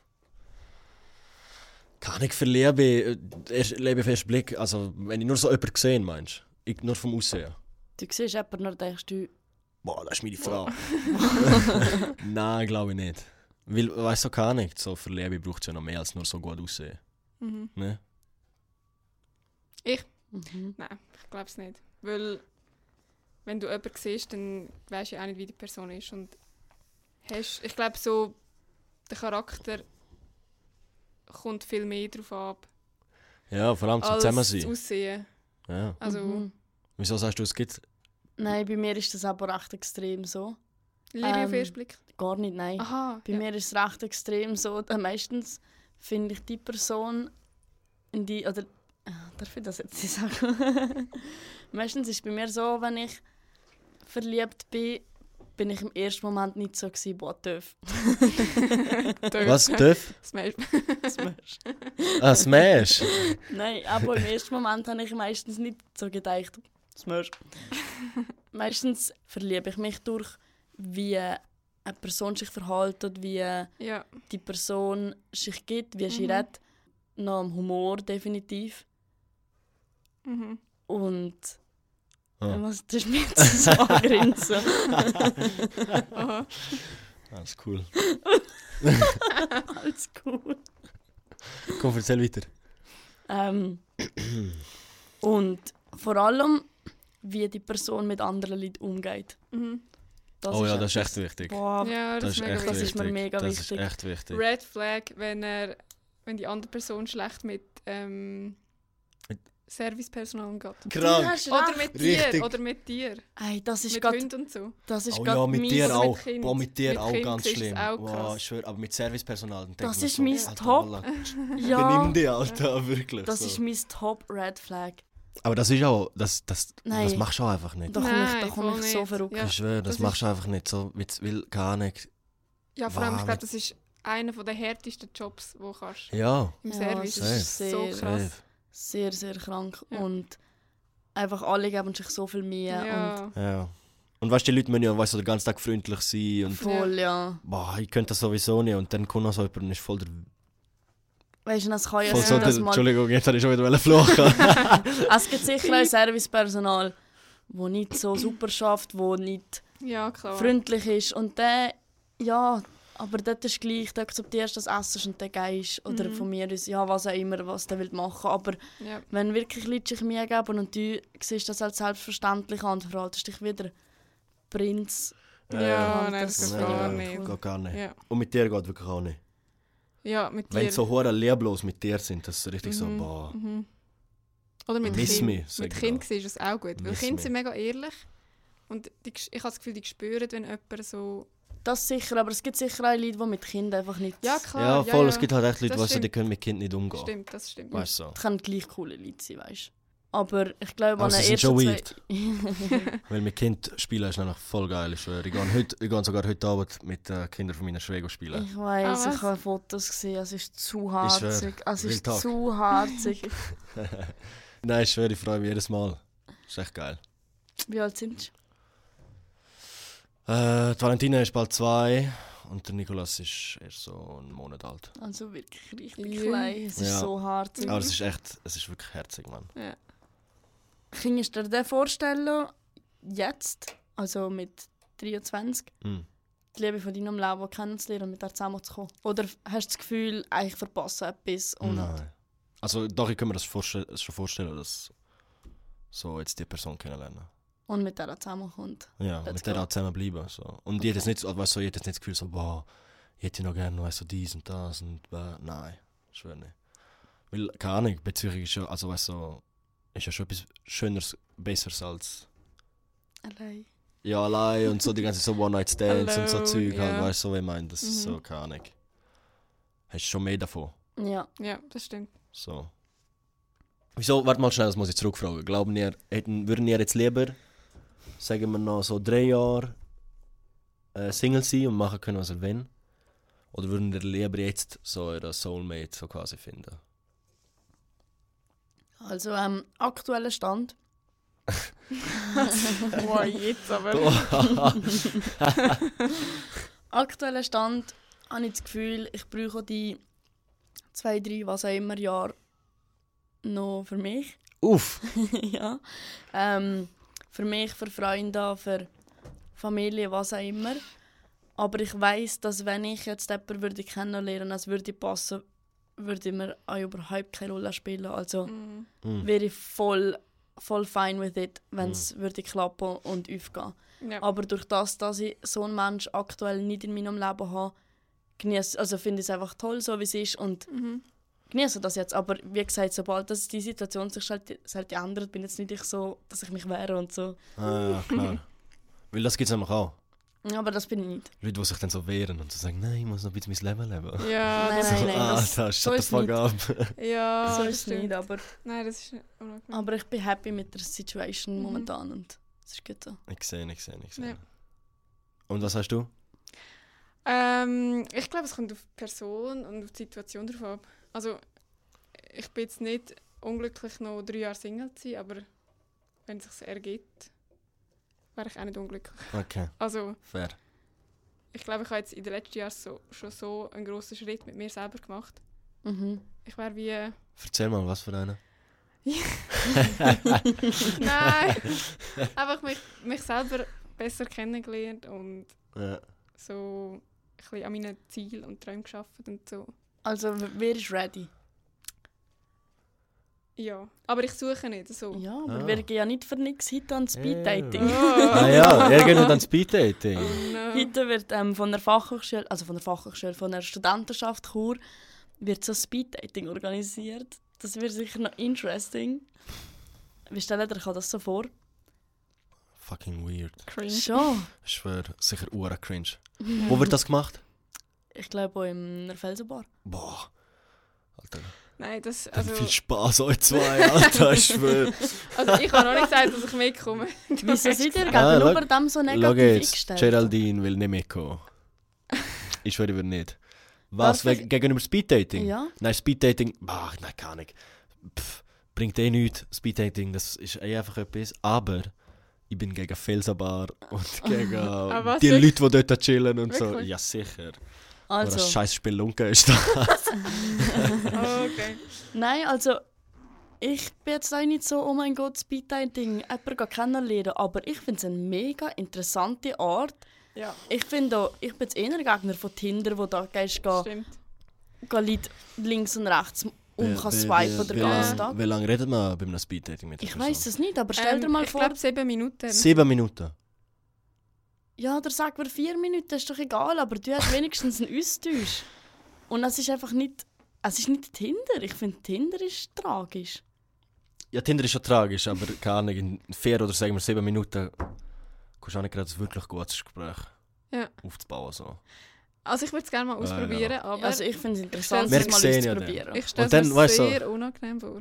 Kann ich für Liebe, Liebe auf den ersten Blick, also wenn ich nur so jemanden gesehen, meinst du? Nur vom Aussehen. Du siehst jemanden, dann denkst du, Boah, das ist meine Frau. Nein, glaube ich nicht. Weil, weißt du, gar nicht. So für Liebe braucht es ja noch mehr als nur so gut aussehen. Mhm. Ne? Nein, ich glaube es nicht. Weil, wenn du jemanden siehst, dann weisst du ja auch nicht, wie die Person ist. Und ich glaube, so der Charakter kommt viel mehr darauf ab, Ja, vor allem zum als Zusammensein. das Aussehen. Ja. Also, Wieso sagst du, es gibt. Nein, bei mir ist das aber recht extrem so. Liebe auf den Ähm, ersten Blick. Gar nicht, nein. Aha, Bei ja. mir ist es recht extrem so. Meistens finde ich die Person, in die. Oder. Darf ich das jetzt nicht sagen? Meistens ist es bei mir so, wenn ich verliebt bin ich im ersten Moment nicht so gewesen, boah, doof. Was? Döf? Smash. Ah, Smash! Nein, aber im ersten Moment habe ich meistens nicht so gedacht, Smash. Meistens verliebe ich mich durch, wie eine Person sich verhält, wie Ja. die Person sich gibt, wie sie redet. Noch am Humor definitiv. Mhm. Und Ah. was das ist mir jetzt so angrinsen. Aha. Alles cool. Alles gut. Komm, erzähl weiter. Und vor allem, wie die Person mit anderen Leuten umgeht. Mhm. Oh ja, das ist echt wichtig. Boah, Ja, das, ist mega echt das wichtig. ist mir mega das wichtig. ist echt wichtig. Red Flag, wenn die andere Person schlecht mit Servicepersonal umgeht. Du Krank. hast Oder recht. mit Richtig. dir, oder mit dir. Ey, das ist Mit grad, Hunden und so. das ist Oh grad ja, mit mein- dir Oder auch. mit Kind. Boah, mit dir Mit auch Kind ganz siehst du es schlimm. auch Wow, krass. ich schwör, aber mit Servicepersonal. Dann Das denk ich ist mir mein Alter, Top. Wallah, Ja, Benimm dich, Alter, wirklich. das so. ist mein Top-Red Flag. Aber das ist auch, das Nein. machst du auch einfach nicht. Da komme Nein, ich, voll so nicht. verrückt. Ja. Ich schwöre, das das machst du einfach nicht so, weil gar nicht. Ja, vor allem, ich Wow, glaube, das ist einer der härtesten Jobs, die du kannst. Ja, Im Ja, Service. es ist Das ist so sehr- krass. safe. Sehr, sehr krank. Ja. Und einfach alle geben sich so viel Mühe. Ja. Ja. Und weißt du, die Leute müssen ja weißt, du, den ganzen Tag freundlich sein Und und voll, ja. boah, ich könnte das sowieso nicht. Und dann kommt noch so jemand und ist voll der. Weißt du, es kann ja Voll sein, so dass der mal... Entschuldigung, jetzt habe ich schon wieder fluchen. Es gibt sicher auch Servicepersonal, das nicht so super schafft, das nicht Ja, klar. freundlich ist. Und der, ja, aber dort ist gleich, du akzeptierst das Essen und dann gehst. Oder von mir aus, ja, was auch immer, was der will machen. Aber Ja. wenn wirklich Leute sich Mühe geben und du siehst das als selbstverständlich an, dann verhaltest du dich wieder Prinz. Ja, nein, das das ist geht gar cool. nicht. Geht gar nicht. Ja. Und mit dir geht wirklich auch nicht. Ja, mit Wenn dir. sie so hure lieblos mit dir sind, das ist richtig so, Mhm, boah. mhm. Oder mit Miss Kind. me, sag Mit ich Kind auch. ist es auch gut. Weil Miss Kinder me. sind mega ehrlich. Und ich habe das Gefühl, die spüren, wenn jemand so... Das sicher, aber es gibt sicher auch Leute, die mit Kindern einfach nicht... Ja, klar. Ja, voll, ja. es gibt halt echt Leute, Das weißt du, die stimmt. können mit Kind nicht umgehen. Stimmt, das stimmt. Weißt du so. Es können gleich coole Leute sein, weißt Aber ich glaube, Aber an sie den sind schon ersten Weil mit Kind spielen ist noch voll geil. Ich schwöre. Ich gehe sogar heute Abend mit den Kindern von meiner Schwäger spielen. Ich weiss, Ah, was? ich habe Fotos gesehen, es ist zu Ich harzig. schwöre, Es ist Real Talk. zu harzig. Nein, ich schwöre, ich freue mich jedes Mal. Ist echt geil. Wie alt sind Die Valentina ist bald 2 und der Nikolas ist erst so einen Monat alt. sie? Also wirklich richtig Ja. klein. Es ist Ja. so harzig. Aber es ist wirklich herzig, Mann. Ja. Könntest du dir den vorstellen, jetzt, also mit 23, Mhm. die Liebe von deinem Leben kennenzulernen und mit dir zusammenzukommen? Oder hast du das Gefühl, eigentlich verpassen etwas? Und Nein. Also doch, ich kann mir das schon vorstellen, dass so jetzt die Person kennenlernen. und mit der zusammenkommt. Ja, Let's mit der go. auch zusammen bleiben. So. Und ich hätte jetzt nicht, weißt du, ich hätte jetzt nicht das Gefühl, so, boah, ich hätte noch gerne weißt, so dies und das und nein, ich schwöre nicht. Weil, keine Ahnung, Beziehung ist ja, also weißt du, ist ja schon etwas Schöneres, Besseres als Allein. ja, allein und so die ganze so One-Night-Stands und so Alone, Zeug halt, ja. weißt du, so, wie ich meine, das ist Mhm. so, keine Ahnung. Hast schon mehr davon, Ja. Ja, das stimmt. so. Wieso, warte mal schnell, das muss ich zurückfragen. Glauben ihr, würden ihr jetzt lieber, sagen wir noch so 3 Jahre Single sein und machen können, was ihr wollt? Oder würden ihr lieber jetzt so euren Soulmate so quasi finden? Also aktueller Stand. Boah, jetzt aber. Aktueller Stand habe ich das Gefühl, ich brauche die 2, 3, was auch immer Jahre noch für mich. Uff! Ja. Für mich, für Freunde, für Familie, was auch immer. Aber ich weiss, dass wenn ich jetzt jemanden würde kennenlernen, es würde passen, würde mir auch überhaupt keine Rolle spielen. Also Mhm. Mm. wäre ich voll fine with it, wenn es würde klappen und aufgehen. Ja. Aber durch das, dass ich so einen Mensch aktuell nicht in meinem Leben habe, finde ich es einfach toll, so wie es ist und Mhm. genieße das jetzt. Aber wie gesagt, sobald das die Situation sich halt ändert, bin jetzt nicht ich so, dass ich mich wehre und so. Ja, klar. Weil das gibt es nämlich auch. Ja, aber das bin ich nicht. Leute, die sich dann so wehren und so sagen, nein, ich muss noch ein bisschen mein Leben leben. Ja, Nein, das nein, ist- nein. das- Alter, so shut the ist fuck nicht. up. Ja, so das ist es nicht, stimmt. aber Nein, das ist unangenehm. aber ich bin happy mit der Situation Mhm. momentan und es ist gut so. Ich sehe. Ja. Und was hast du? Ich glaube, es kommt auf die Person und auf die Situation drauf ab. Also, ich bin jetzt nicht unglücklich, noch 3 Jahre Single zu sein, aber wenn es sich ergibt, wäre ich auch nicht unglücklich. Okay, Also, fair. ich glaube, ich habe jetzt in den letzten Jahren schon so einen grossen Schritt mit mir selber gemacht. Mhm. Ich wäre wie... Erzähl mal, was für eine. Nein! Einfach mich selber besser kennengelernt und Ja. so ein bisschen an meinen Zielen und Träumen gearbeitet und so. Also, wer ist ready? Ja, aber ich suche nicht so. Ja, aber Ah. wir gehen ja nicht für nichts heute an Speed-Dating. Oh. Ah ja, ihr geht nicht ans Speed-Dating. Oh no. Heute wird von von der Studentenschaft Chur, wird so Speed-Dating organisiert. Das wird sicher noch interesting. Wie stellt ihr euch das so vor? Fucking weird. Cringe. Schon. Ich schwöre, sicher cringe. Wo wird das gemacht? Ich glaube auch in der Felsenbar. Boah. Alter. Nein, das... Dann Also, viel Spaß euch zwei, Alter, ich schwöre. also ich habe noch nicht gesagt, dass ich mitkomme. Wieso seid ihr Ah, gegenüber dem so Schau negativ jetzt, eingestellt? Geraldine will nicht mitkommen. Ich schwöre über nicht. Was, Darf ich- gegenüber Speeddating? Ja. Nein, Speeddating, nein, gar nicht. Bringt nichts. Speeddating, das ist einfach etwas. Aber ich bin gegen Felsenbar und gegen was, die wirklich? Leute, die dort chillen und so. Wirklich? Ja, sicher. Also, Oder scheiß Spelunke ist das. Oh, okay. nein, also ich bin jetzt auch nicht so, oh mein Gott, Speed-Dating, jemanden kennenlernen, aber ich finde es eine mega interessante Art. Ja, Ich finde auch, ich bin jetzt eher ein Gegner von Tinder, wo da gehst du stimmt. Leute links und rechts kann swipen den ganzen Tag. Wie lange redet man bei einem Speeddating mit der Ich Person? weiss es nicht, aber stell dir mal ich vor, glaube 7 Minuten. 7 Minuten. ja, oder sag mir 4 Minuten, ist doch egal, aber du hast wenigstens einen Austausch. Und es ist einfach nicht, es ist nicht Tinder. Ich finde, Tinder ist tragisch. Ja, Tinder ist schon tragisch, aber keine Ahnung, in 4 oder sagen wir 7 Minuten kommst du auch nicht gerade ein wirklich gutes Gespräch Ja. aufzubauen. So. Also ich würde es gerne mal ausprobieren, aber Also ich finde es interessant, Wir das mal sehen ja auszuprobieren. ich stelle Und dann, es mir weißt du- sehr unangenehm vor.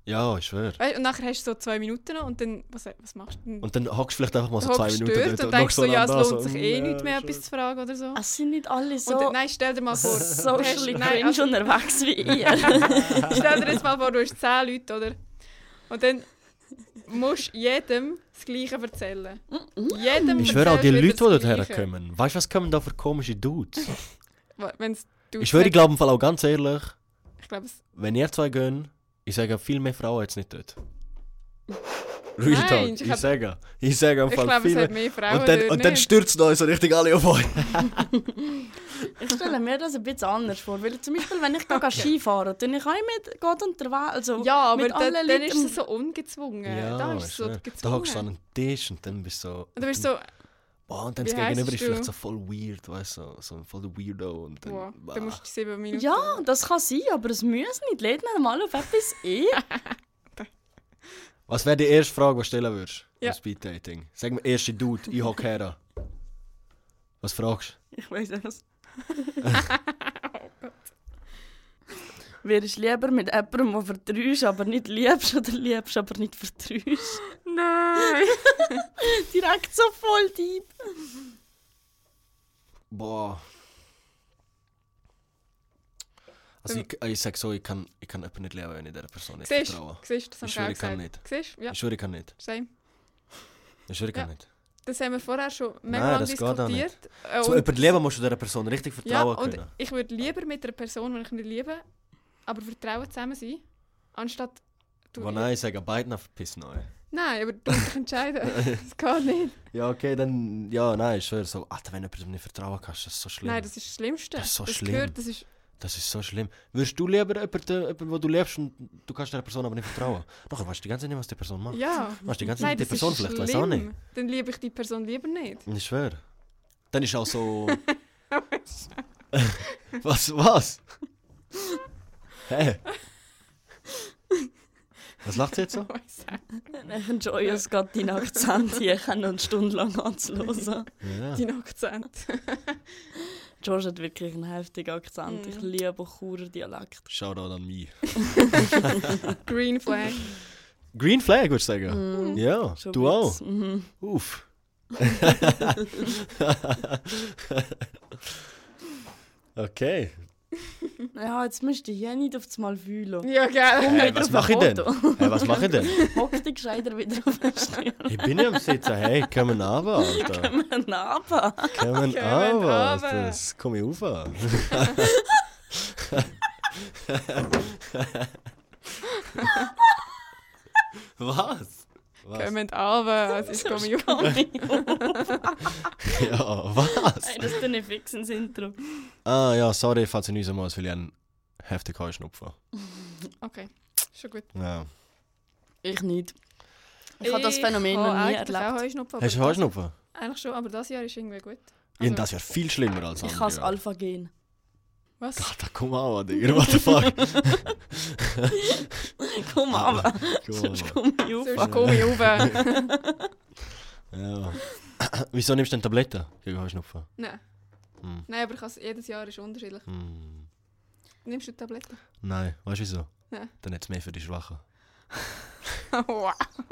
Ja, ich schwöre. Weißt, und nachher hast du so 2 Minuten noch und dann, was machst du denn? Und dann hockst du vielleicht einfach mal so Du 2 hockst Minuten dort und denkst so, ja, es lohnt sich nicht mehr, etwas zu fragen oder so. Es sind nicht alle so Und, nein, stell dir mal vor, socially nein, cringe unterwegs wie ihr. stell dir jetzt mal vor, du hast 10 Leute, oder? Und dann musst du jedem das Gleiche erzählen. Jedem Ich schwöre auch die erzählst Leute, du die das dort Gleiche. herkommen. Weißt du, was kommen da für komische Dudes? Wenn's du Ich schwöre, ich glaube im Fall auch ganz ehrlich, Ich glaube, es... wenn ihr 2 gehen, ich sage viel mehr Frauen jetzt nicht dort. Real Nein, Talk, ich ich hab- sage im Ich Fall glaube, es viel hat mehr. mehr Frauen Und dann, dort und dann nicht. stürzen euch so richtig alle auf euch. Ich stelle mir das ein bisschen anders vor. Weil zum Beispiel, wenn ich gehe Ski fahre, dann ich auch mit Gott und der Welt. Also Ja, aber mit allen dann ist Leuten- es so ungezwungen. da ist ich es so schwöre. gezwungen. Da hockst du an einem Tisch und dann bist du so... Und du bist so, Boah, und dann Wie das Gegenüber heisst ist du? vielleicht so voll weird, weißt du, so voll der Weirdo. Und dann, wow, bah. dann musst du 7 Minuten... Ja, das kann sein, aber es muss nicht. Lädt mir mal auf etwas ein. Was wäre die erste Frage, die du stellen würdest? Ja. Beim Speeddating? Sag mir, erste Dude, ich hocke her. Was fragst Ich weiß es. Wärst du lieber mit jemandem, der vertraust, aber nicht liebst, oder liebst, aber nicht vertraust? Nein! Direkt so voll deep. du? Boah. Also ich sag so, ich kann jemanden nicht lieben, wenn ich dieser Person nicht Siehst vertraue. du, das Ich haben schwöre, wir auch ich kann gesagt. nicht. Siehst du? Ja, Ich schwöre, ich kann nicht. same. Ich schwöre, ich kann Ja. nicht. Das haben wir vorher schon mega Nein, lang das geht auch diskutiert. So Und- jemanden lieben musst du dieser Person richtig ja, vertrauen und können. ich würde lieber mit einer Person, die ich nicht liebe, aber vertrauen zusammen sein, anstatt... Aber nein, ich sage beiden auf verpissen euch. Nein, aber du musst dich entscheiden. Das geht nicht. Ja, okay, dann... Ja, nein, ich schwöre so... Alter, wenn du jemandem nicht vertrauen kannst, das ist so schlimm. Nein, das ist das Schlimmste. Das ist so das schlimm. Gehört, das ist... Das ist so schlimm. Würdest du lieber jemanden, den du liebst und du kannst der Person aber nicht vertrauen? Nachher weißt du die ganze Zeit nicht, was die Person macht. Ja. Weißt du die ganze Nein, Zeit, die das Person ist vielleicht schlimm. weiß auch nicht. Dann liebe ich die Person lieber nicht. Ich schwöre. Dann ist auch so... Was? Hä? Was lacht sie jetzt so? Ich enjoy es gerade, deinen Akzent hier noch eine Stunde lang anzuhören. Ja. Dein Akzent. George hat wirklich einen heftigen Akzent. Ich liebe Churer Dialekt. Shoutout an mich. Green Flag. Green Flag, würdest du sagen? Ja, Schon du ein auch. bisschen. Mhm. Uff. Okay. Ja, jetzt musst du dich hier nicht auf das Mal fühlen. Ja, gell. Hey, was mache ich denn? Hey, was mache ich denn? Hock dich gescheiter wieder auf den Stuhl. Ich bin ja am Sitzen. Hey, kommen runter, Alter. Naba. Kommen runter. runter. Das komme ich rauf. Was? Kommt runter, es ist komme ich auf. Ja, was? Hey, das ist ein fix ins Intro. Ah ja, sorry, falls ich nicht so mal, weil ich einen heftigen Heuschnupfen. Okay, schon gut. Ja. Ich nicht. Ich habe das Phänomen noch nie Ich habe erlebt. Heuschnupfen. Hast du aber Heuschnupfen? Eigentlich schon, aber das Jahr ist irgendwie gut. Ja, das wäre viel schlimmer als andere. Ich habe das Jahre. Alpha-Gen. Was? Alter, komm an, Digga, what the fuck? Komm aber, Komm sonst an. komme ich auf. Sonst komme ich rauf. Ja. Wieso nimmst du denn Tabletten gegen Heuschnupfen? Nein. Hm. Nein, aber jedes Jahr ist unterschiedlich. Hm. Nimmst du Tabletten? Nein, weißt du wieso? Nein. Dann hat es mehr für die Schwachen. Wow.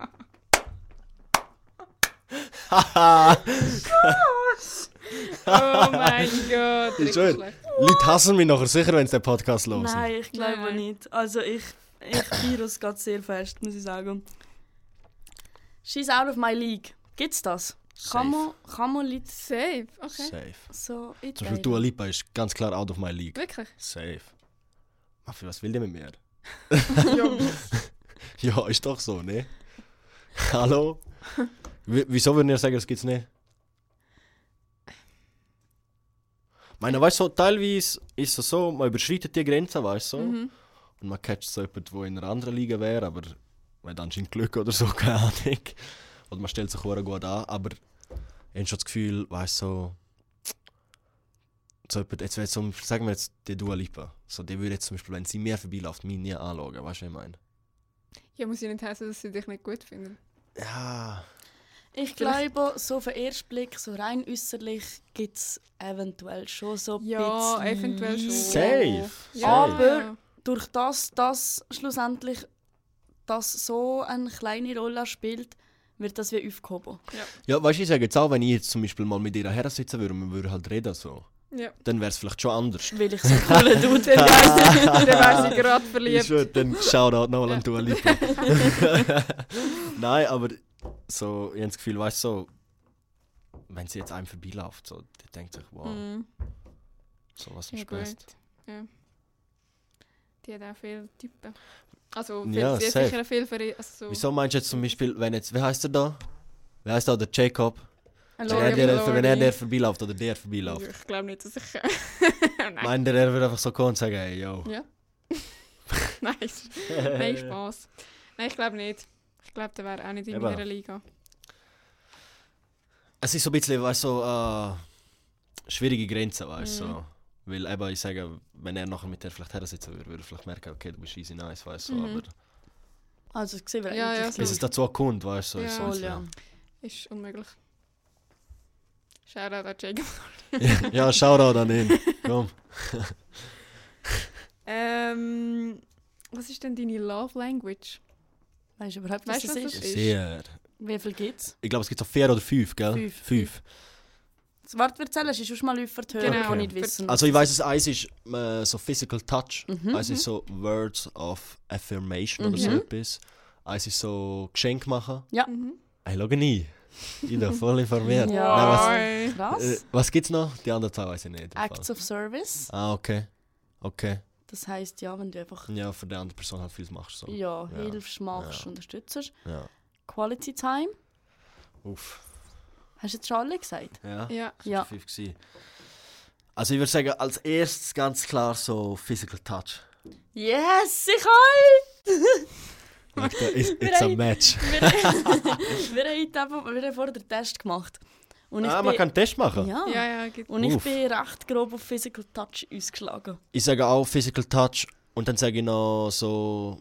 Oh mein Gott, richtig Schön. schlecht. Leute hassen mich nachher sicher, wenn sie den Podcast hören. Nein, ich glaube Nein. nicht. Also ich feiere es gerade sehr fest, muss ich sagen. She's out of my league. Gibt's das? Kann man Leute Safe, okay. Safe. so Zum Beispiel Dua Lipa ist ganz klar out of my league. Wirklich? Safe. Maffi, was will der mit mir? Ja. Ja, ist doch so, ne? Hallo? Wieso würden ihr sagen, das gibt's nicht? Ich meine, weißt du, so, teilweise ist es so, man überschreitet die Grenzen, weißt du, so. Mhm. Und man catcht so jemanden, der in einer anderen Liga wäre, aber man hat anscheinend Glück oder so, keine Ahnung. Oder man stellt sich sehr gut an, aber ich habe schon das Gefühl, weißt du, so jemand, jetzt, sagen wir jetzt die Dua Lipa, so, die würde jetzt zum Beispiel, wenn sie mir vorbeiläuft, mich nie anschauen, weißt du, was ich meine? Ja, muss ja nicht heißen, dass sie dich nicht gut finden. Ja. Ich glaube, so auf den ersten Blick, so rein äußerlich, gibt es eventuell schon so ein Ja, bisschen eventuell schon. Safe. Ja, Aber- ja. durch das schlussendlich das so eine kleine Rolle spielt, wird das wie aufgehoben. Ja, weißt du, ich sage jetzt auch, wenn ich jetzt zum Beispiel mal mit ihr her sitzen würde und wir würden halt reden, so, Ja. dann wäre es vielleicht schon anders. Weil ich so coole Dude bin. Dann wäre sie gerade Ich verliebt. schwöre, dann Shoutout nochmal an Dua Lipa. Nein, aber so, ich habe das Gefühl, weißt du, so, wenn sie jetzt einem vorbeiläuft, so, die denkt sich, wow, Mhm. so was Ja, ist gut. best. Ja. Die hat auch viele Typen. Also, Ja, sie hat safe. sicher viel für ihn. Also so. Wieso meinst du jetzt zum Beispiel, wenn jetzt, wie heißt er da? Wie heißt da der Jacob? Hallo. Wenn Lordy. er der vorbeiläuft oder der vorbeiläuft. Ich glaube nicht, dass ich. Nein. Meint er würde einfach so kommen und sagen, hey, yo. Ja. Nein, nein, Spaß. Nein, ich glaube nicht. Ich glaube, der wäre auch nicht in Eben. meiner Liga. Es ist so ein bisschen, weißt du, so, schwierige Grenzen, weißt du. Mhm. So. Weil eben, ich sage, wenn er nachher mit der vielleicht her sitzen würde, würde er vielleicht merken, okay, du bist easy nice, weißt du. So, Mhm. aber Also ich sehe, Ja, ja, bis es dazu kommt, weißt du. Ja. ist so, voll, ja. Ist unmöglich. Shoutout an Jacob. Ja, Shoutout an ihn. Komm. Was ist denn deine Love Language? Weißt du überhaupt, was Weißt du, das was ist? das ist? Sehr. Wie viel gibt es? Ich glaube, es gibt so 4 oder 5, gell? 5. 5. Das Wort erzählen ist schon mal für die Hörer, Genau. die nicht wissen. Also ich weiss, es eins ist so Physical Touch, Mhm. eins ist so Words of Affirmation oder so Mhm. etwas. Eins ist so Geschenk machen. Ja. Mhm. Hey, schau nie. Ich bin voll informiert. Ja. Nein, Krass. was gibt's noch? Die anderen zwei weiß ich nicht. im Acts Fall. of Service. Ah, okay. Okay. Das heisst, ja, wenn du einfach Ja, für die andere Person halt viel machst. So. ja, hilfst, machst, Ja. unterstützt. Ja. Quality Time. Uff. Hast du jetzt schon alle gesagt? Ja. Ja. Das Ja. war 5 gewesen. Also ich würde sagen, als erstes ganz klar so Physical Touch. Yes, ich kann! Like it's a match. Wir haben vorher den Test gemacht. Und Man kann einen Test machen. Ja. Ja, ja, gibt Und ich Uff. bin recht grob auf Physical Touch ausgeschlagen. Ich sage auch Physical Touch und dann sage ich noch so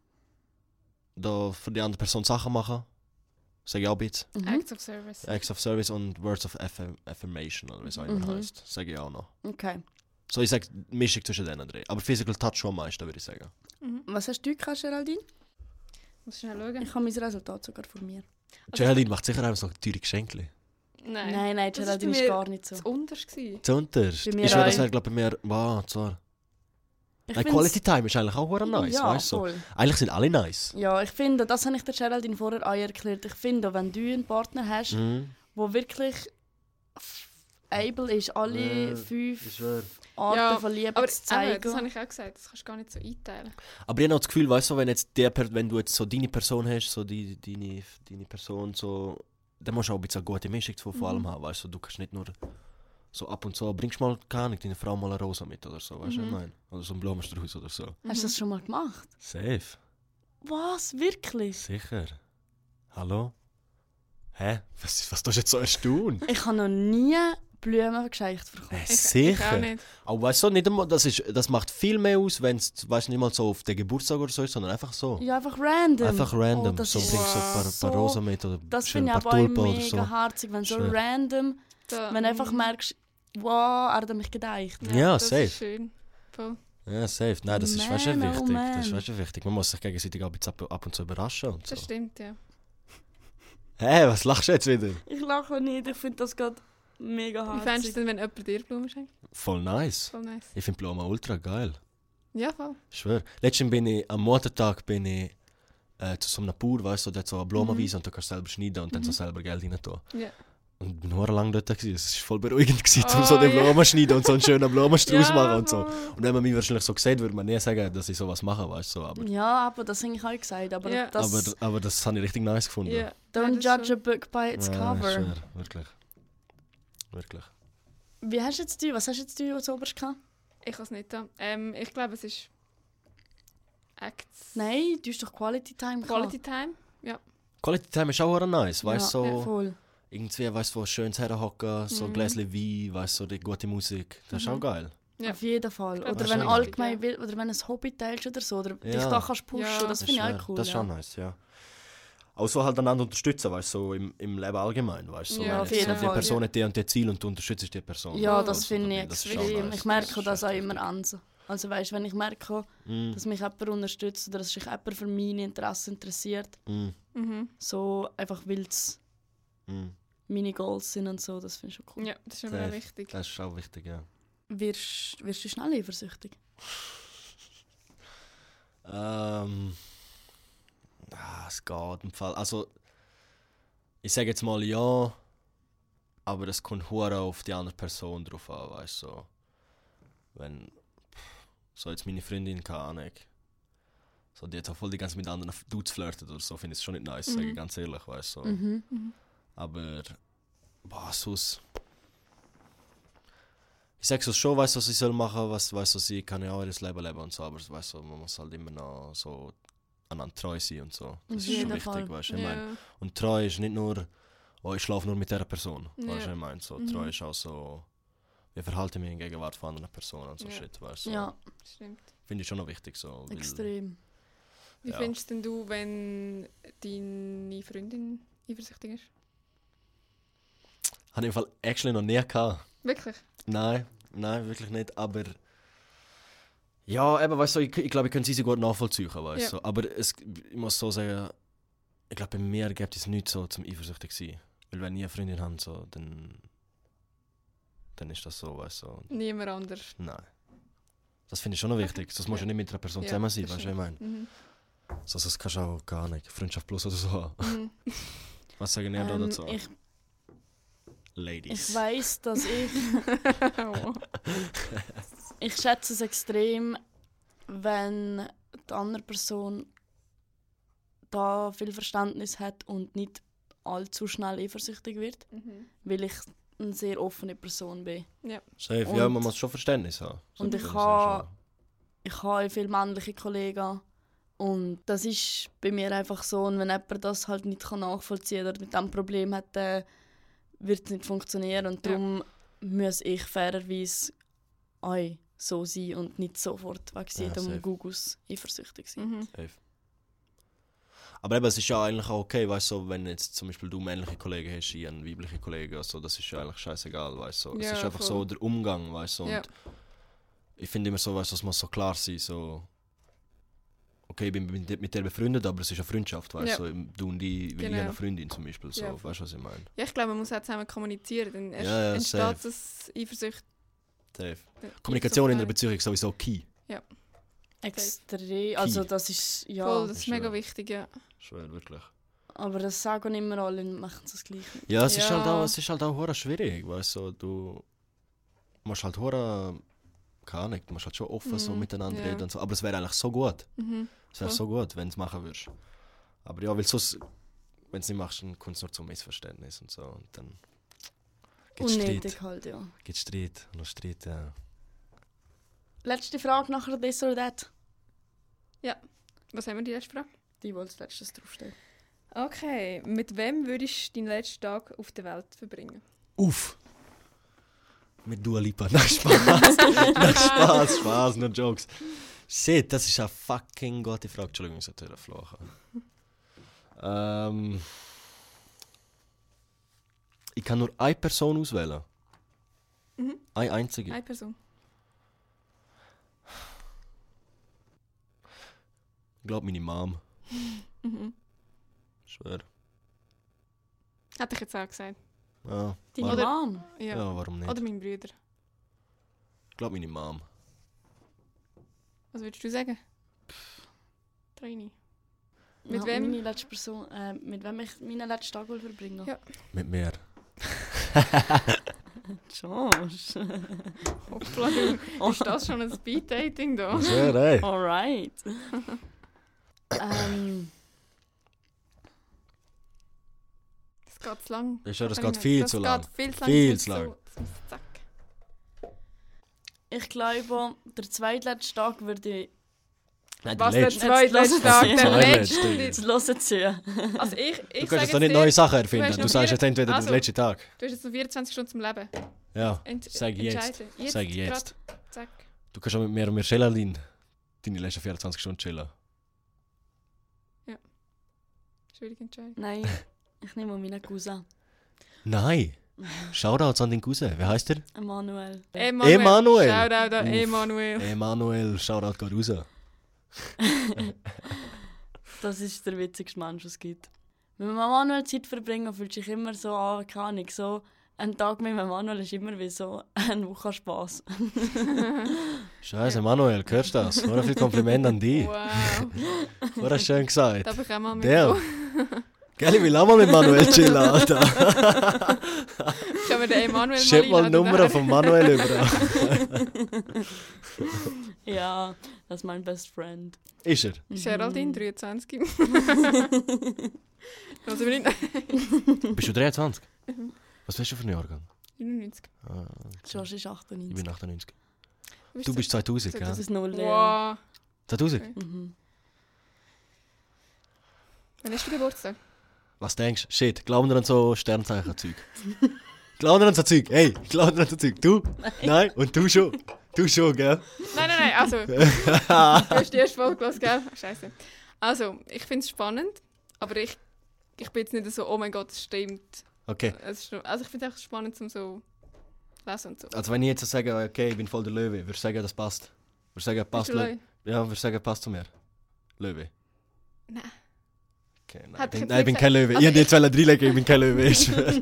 da für die andere Person Sachen machen. Sage ich auch ein bisschen. Mhm. Acts of Service. Acts of Service und Words of Affirmation oder wie es auch immer Mhm. heißt. Sage ich auch noch. Okay. So, ich sage Mischung zwischen denen drei. Aber Physical Touch schon am meisten, würde ich sagen. Was hast du gehabt, Geraldine? Muss schnell schauen. Ich habe mein Resultat sogar von mir. Geraldine macht sicher auch so teure Geschenke. Nein, Das ist Geraldine bei ist mir gar nicht so. das unterste gewesen. Zu unterst. Bei Ich mir schwöre, das auch. wäre, glaube ich, bei mir. Wow, zwar. Ich Nein, find's- Quality Time ist eigentlich auch verdammt nice, ja, weißt du? So. voll. Eigentlich sind alle nice. Ja, ich finde, das habe ich der Geraldine vorher auch erklärt. Ich finde, wenn du einen Partner hast, Mhm. der wirklich able ist, alle Ja, 5 Ich schwöre. Arten Ja, von Liebe Aber zu eben, zeigen. das habe ich auch gesagt. Das kannst du gar nicht so einteilen. Aber ich habe auch das Gefühl, weißt du, wenn du jetzt so deine Person hast, so deine Person, so, dann musst du auch ein bisschen eine gute Mischung von allem haben, weißt du? Du kannst nicht nur so ab und zu, bringst mal, keine Ahnung, deine Frau mal eine Rose mit oder so, weißt du, was ich meine? Oder so einen Blumenstrauß oder so. Hast du das schon mal gemacht? Safe. Was? Wirklich? Sicher. Hallo? Hä? Was tust du jetzt so erstaunt? Ich habe noch nie Blumen geschenkt bekommen. Ich auch Sicher. nicht. Aber weißt du, nicht einmal, das macht viel mehr aus, wenn es, weißt du, nicht mal so auf den Geburtstag oder so ist, sondern einfach so. Ja, einfach random. Einfach random. Oh, das so ist bringst du ein so- paar Rosen mit oder Das schön finde ich ein paar aber auch Tulpen oder mega so. herzig, wenn so Schön. random, Da, wenn du einfach merkst, wow, er hat an mich gedacht. Ja, das safe. ist schön. Voll. Ja, safe. Nein, das ist Man, weißt du, oh wichtig. man. Das ist weißt du, wichtig. Man muss sich gegenseitig auch ein bisschen ab und zu überraschen und so. Das stimmt, ja. Hä, was lachst du jetzt wieder? Ich lache nicht, ich finde das gerade mega Wie fändest du es herzig. denn, wenn jemand dir Blumen schenkt? Voll nice. Voll nice. Ich finde Blumen ultra geil. Ja, voll. Ich schwör. Letztens bin ich, am Muttertag bin ich zu so einem Bauer, weißt du, der hat so eine Blumenwiese und du kannst selber schneiden und dann so selber Geld rein tun. Ja. Und ich bin nur lang dort gewesen. Es war voll beruhigend gewesen, um Oh, so den ja. Blumen schneiden und so einen schönen Blumenstrauß Ja, machen und so. voll. Und wenn man mich wahrscheinlich so sieht, würde man nie sagen, dass ich sowas mache, weißt du. So. Ja, aber das habe ich auch gesagt. Aber Ja. das, Aber das habe ich richtig nice gefunden. Ja. don't Ja, judge das a book by its Ja, cover. ich schwör, wirklich. Wirklich. Wie hast jetzt du, was hast jetzt du als oberst gehabt? Ich kann es nicht da. Ich glaube, es ist Acts. Nein, du hast doch Quality Time Quality Time. Quality Time ist auch verdammt nice, gehabt. weißt du, Ja, so voll. irgendwie, weißt du, so schönes Herhocken, so ein Gläschen Wein, weißt du, so die gute Musik. Das ist auch geil. Ja. Auf jeden Fall. glaub, Oder das wenn ist allgemein wichtig, will, oder wenn du ein Hobby teilst oder so, oder dich Ja. da kannst pushen, Ja. das finde ich ist auch cool. Das ist ja. schon nice, ja. Auch so halt einander unterstützen, weißt du, so im Leben allgemein, weißt du. So, Ja, wenn auf jetzt jeden so die Fall. Person hat die und die Ziel und du unterstützt die Person. Ja, Oh, das finde ich das ist extrem. schon nice. Ich merke ist das auch echt immer wichtig. an. So. Also weißt, wenn ich merke, dass mich jemand unterstützt oder dass sich jemand für meine Interessen interessiert, so einfach weil es meine Goals sind und so, das finde ich schon cool. Ja, das ist immer auch wichtig. Das ist auch wichtig, ja. Wirst du schnell eifersüchtig? Es geht im Fall. Also, ich sage jetzt mal ja, aber es kommt hure auf die andere Person drauf an, weißt du. So. Wenn so jetzt meine Freundin keine Ahnung, so die jetzt auch voll die ganze mit anderen Dudes flirtet oder so, finde ich es schon nicht nice, sage ich ganz ehrlich, weißt du. So. Aber sonst. Ich sage es schon, weißt du, was ich soll machen, weißt du, sie kann ja auch ihr Leben leben und so, aber weißt du, man muss halt immer noch so einander treu sein und so. Das ist schon wichtig, weißt du, ich meine. Und treu ist nicht nur, ich schlafe nur mit dieser Person, weißt du, ich meine. So, treu ist auch so, wie verhalte ich mich in Gegenwart von anderen Personen und so shit, weißt du. So. Ja, Stimmt. Finde ich schon noch wichtig so. Extrem. Wie findest denn du, wenn deine Freundin eifersüchtig ist? Habe ich im Fall actually noch nie gehabt. Wirklich? Nein, wirklich nicht, aber ja, eben, weißt du, ich glaube, ich kann sie gut nachvollziehen, weißt du. Aber ich muss so sagen, ich glaube, bei mir gibt es nichts so zum eifersüchtig sein. Weil wenn ich eine Freundin habe, so, dann ist das so, weißt du. Niemand anders. Nein. Das finde ich schon noch wichtig. Sonst musst du nicht mit einer Person zusammen sein, weißt du, was ich meine. So, das kannst du auch gar nicht. Freundschaft plus oder so haben. Was sagen ihr da dazu? Ladies. Ich weiss, dass ich schätze es extrem, wenn die andere Person da viel Verständnis hat und nicht allzu schnell eifersüchtig wird, weil ich eine sehr offene Person bin. Ja. Safe, ja, man muss schon Verständnis haben. Und ich habe viele männliche Kollegen und das ist bei mir einfach so, und wenn jemand das halt nicht nachvollziehen kann oder mit diesem Problem hat, dann wird es nicht funktionieren und darum muss ich fairerweise auch so sein und nicht sofort wegen jedem Gugus eifersüchtig sein. Safe. Aber eben, es ist ja eigentlich auch okay, weißt du, wenn jetzt zum Beispiel du männliche Kollegen hast, ich einen weiblichen Kollegen, also, das ist ja eigentlich scheißegal, weißt du. Es ist einfach so der Umgang, weißt du. Und ich finde immer so, weißt du, es muss so klar sein, so okay, ich bin mit der befreundet, aber es ist eine Freundschaft, weißt du, du und ich, wie eine Freundin zum Beispiel, so, weißt du, was ich meine? Ja, ich glaube, man muss auch zusammen kommunizieren, dann entsteht das Eifersucht. Safe. Kommunikation in der Beziehung ist sowieso key. Ja. Extrem, also das ist, voll, das ist mega wichtig, ja. Schwer, wirklich. Aber das sagen nicht immer alle und machen das gleich nicht. Ja, es ist halt auch hure schwierig, weißt du musst halt hure, keine Ahnung, du musst halt schon offen so miteinander reden und so, aber es wäre eigentlich so gut. Es wäre so gut, wenn du es machen würdest. Aber ja, weil sonst, wenn du es nicht machst, dann kommt es nur zum Missverständnis und so und dann gibt es Streit. Halt, ja. Gibt Streit, noch Streit, ja. Letzte Frage nachher, das oder das? Ja. Was haben wir die letzte Frage? Die, die als letztes draufsteht. Okay. Mit wem würdest du deinen letzten Tag auf der Welt verbringen? Uff! Mit Dua Lipa. Nein, Spaß! Nein, Spaß, nur Jokes. Shit, das ist eine fucking gute Frage. Entschuldigung, ich sollte flachen. Ich kann nur eine Person auswählen. Eine einzige. Eine Person. Ich glaube, meine Mom. Schwer. Hätte ich jetzt auch gesagt. Ja, Deine Mom? Ja. Ja, warum nicht? Oder mein Bruder. Ich glaube, meine Mom. Was würdest du sagen? Trini. Mit Mit wem? Meine letzte Person, mit wem ich meinen letzten Tag verbringen? Ja. Mit mir. Josh. Hoppla, ist das schon ein Speed-Dating da? Schwer, ey. Alright. Das geht zu lang. Ist ja, das geht viel zu lang. Das geht Viel zu lang. Zack. Ich glaube, der zweitletzte Tag würde ich... Nein, Was, der der letzte. zweitletzte Tag? Der Zweitletzte. letzte? Jetzt hört zu. Also ich Du sage kannst doch nicht dir, neue Sachen hast erfinden. noch Du sagst jetzt entweder Also, den letzten Tag. Du hast jetzt noch 24 Stunden zum Leben. Ja, sag jetzt. Entscheiden. Sag jetzt. Grad. Zack. Du kannst auch mit mir und Michelle deine letzten 24 Stunden chillen. Schwierig entscheiden. Nein, ich nehme meinen Cousin. Nein. Shoutouts an den Cousin. Wer heißt der? Emanuel. Emanuel. Shoutout an Uff. Emanuel. Emanuel, Shoutout geht raus. Das ist der witzigste Mensch, den es gibt. Wenn wir mit Emanuel Zeit verbringen, fühlt sich immer so an, keine Ahnung, so ein Tag mit Emanuel ist immer wie so eine Woche Spass. Scheiße, Emanuel, hörst du das? War viel Kompliment an dich. Wow. War schön gesagt. Da bekommen wir Der. mit. Gell, ich will auch mal mit Manuel chillen, Alter. Können wir den Emanuel Schieb mal die einladen Nummer daher? von Manuel über. Ja, das ist mein Best Friend. Ist er? Geraldine, 23. Also wir nicht. Bist du 23? Was bist du für ein Jahrgang? 99. Ah, Josh ist ich 98. bin 98. Du bist 2000, Das gell? ist 0, ja. Wow. 2000? Okay. Mhm. Wann hast du Geburtstag? Was denkst du? Shit, glauben wir an so Sternzeichen-Zeug? Glauben wir an so Zeug? Hey, glauben wir an so Zeug? Du? Nein? Und du schon? Du schon, gell? Nein, also. Du hast die erste Folge gehört, gell? Scheiße. Also, ich finde es spannend, aber ich bin jetzt nicht so, oh mein Gott, es stimmt. Okay. Also ich finde es echt spannend, zum so lesen und so. Also wenn ich jetzt sage, okay, ich bin voll der Löwe, würdest du sagen, das passt? Würdest du sagen, passt Bist du Löwe? Ja, würdest du sagen, passt zu mir? Löwe? Nein. Okay, nein, Hat ich ich bin, jetzt nein, ich bin nicht kein Löwe. Also Ich hätte jetzt reinlegen, ich bin kein Löwe. ich schwöre.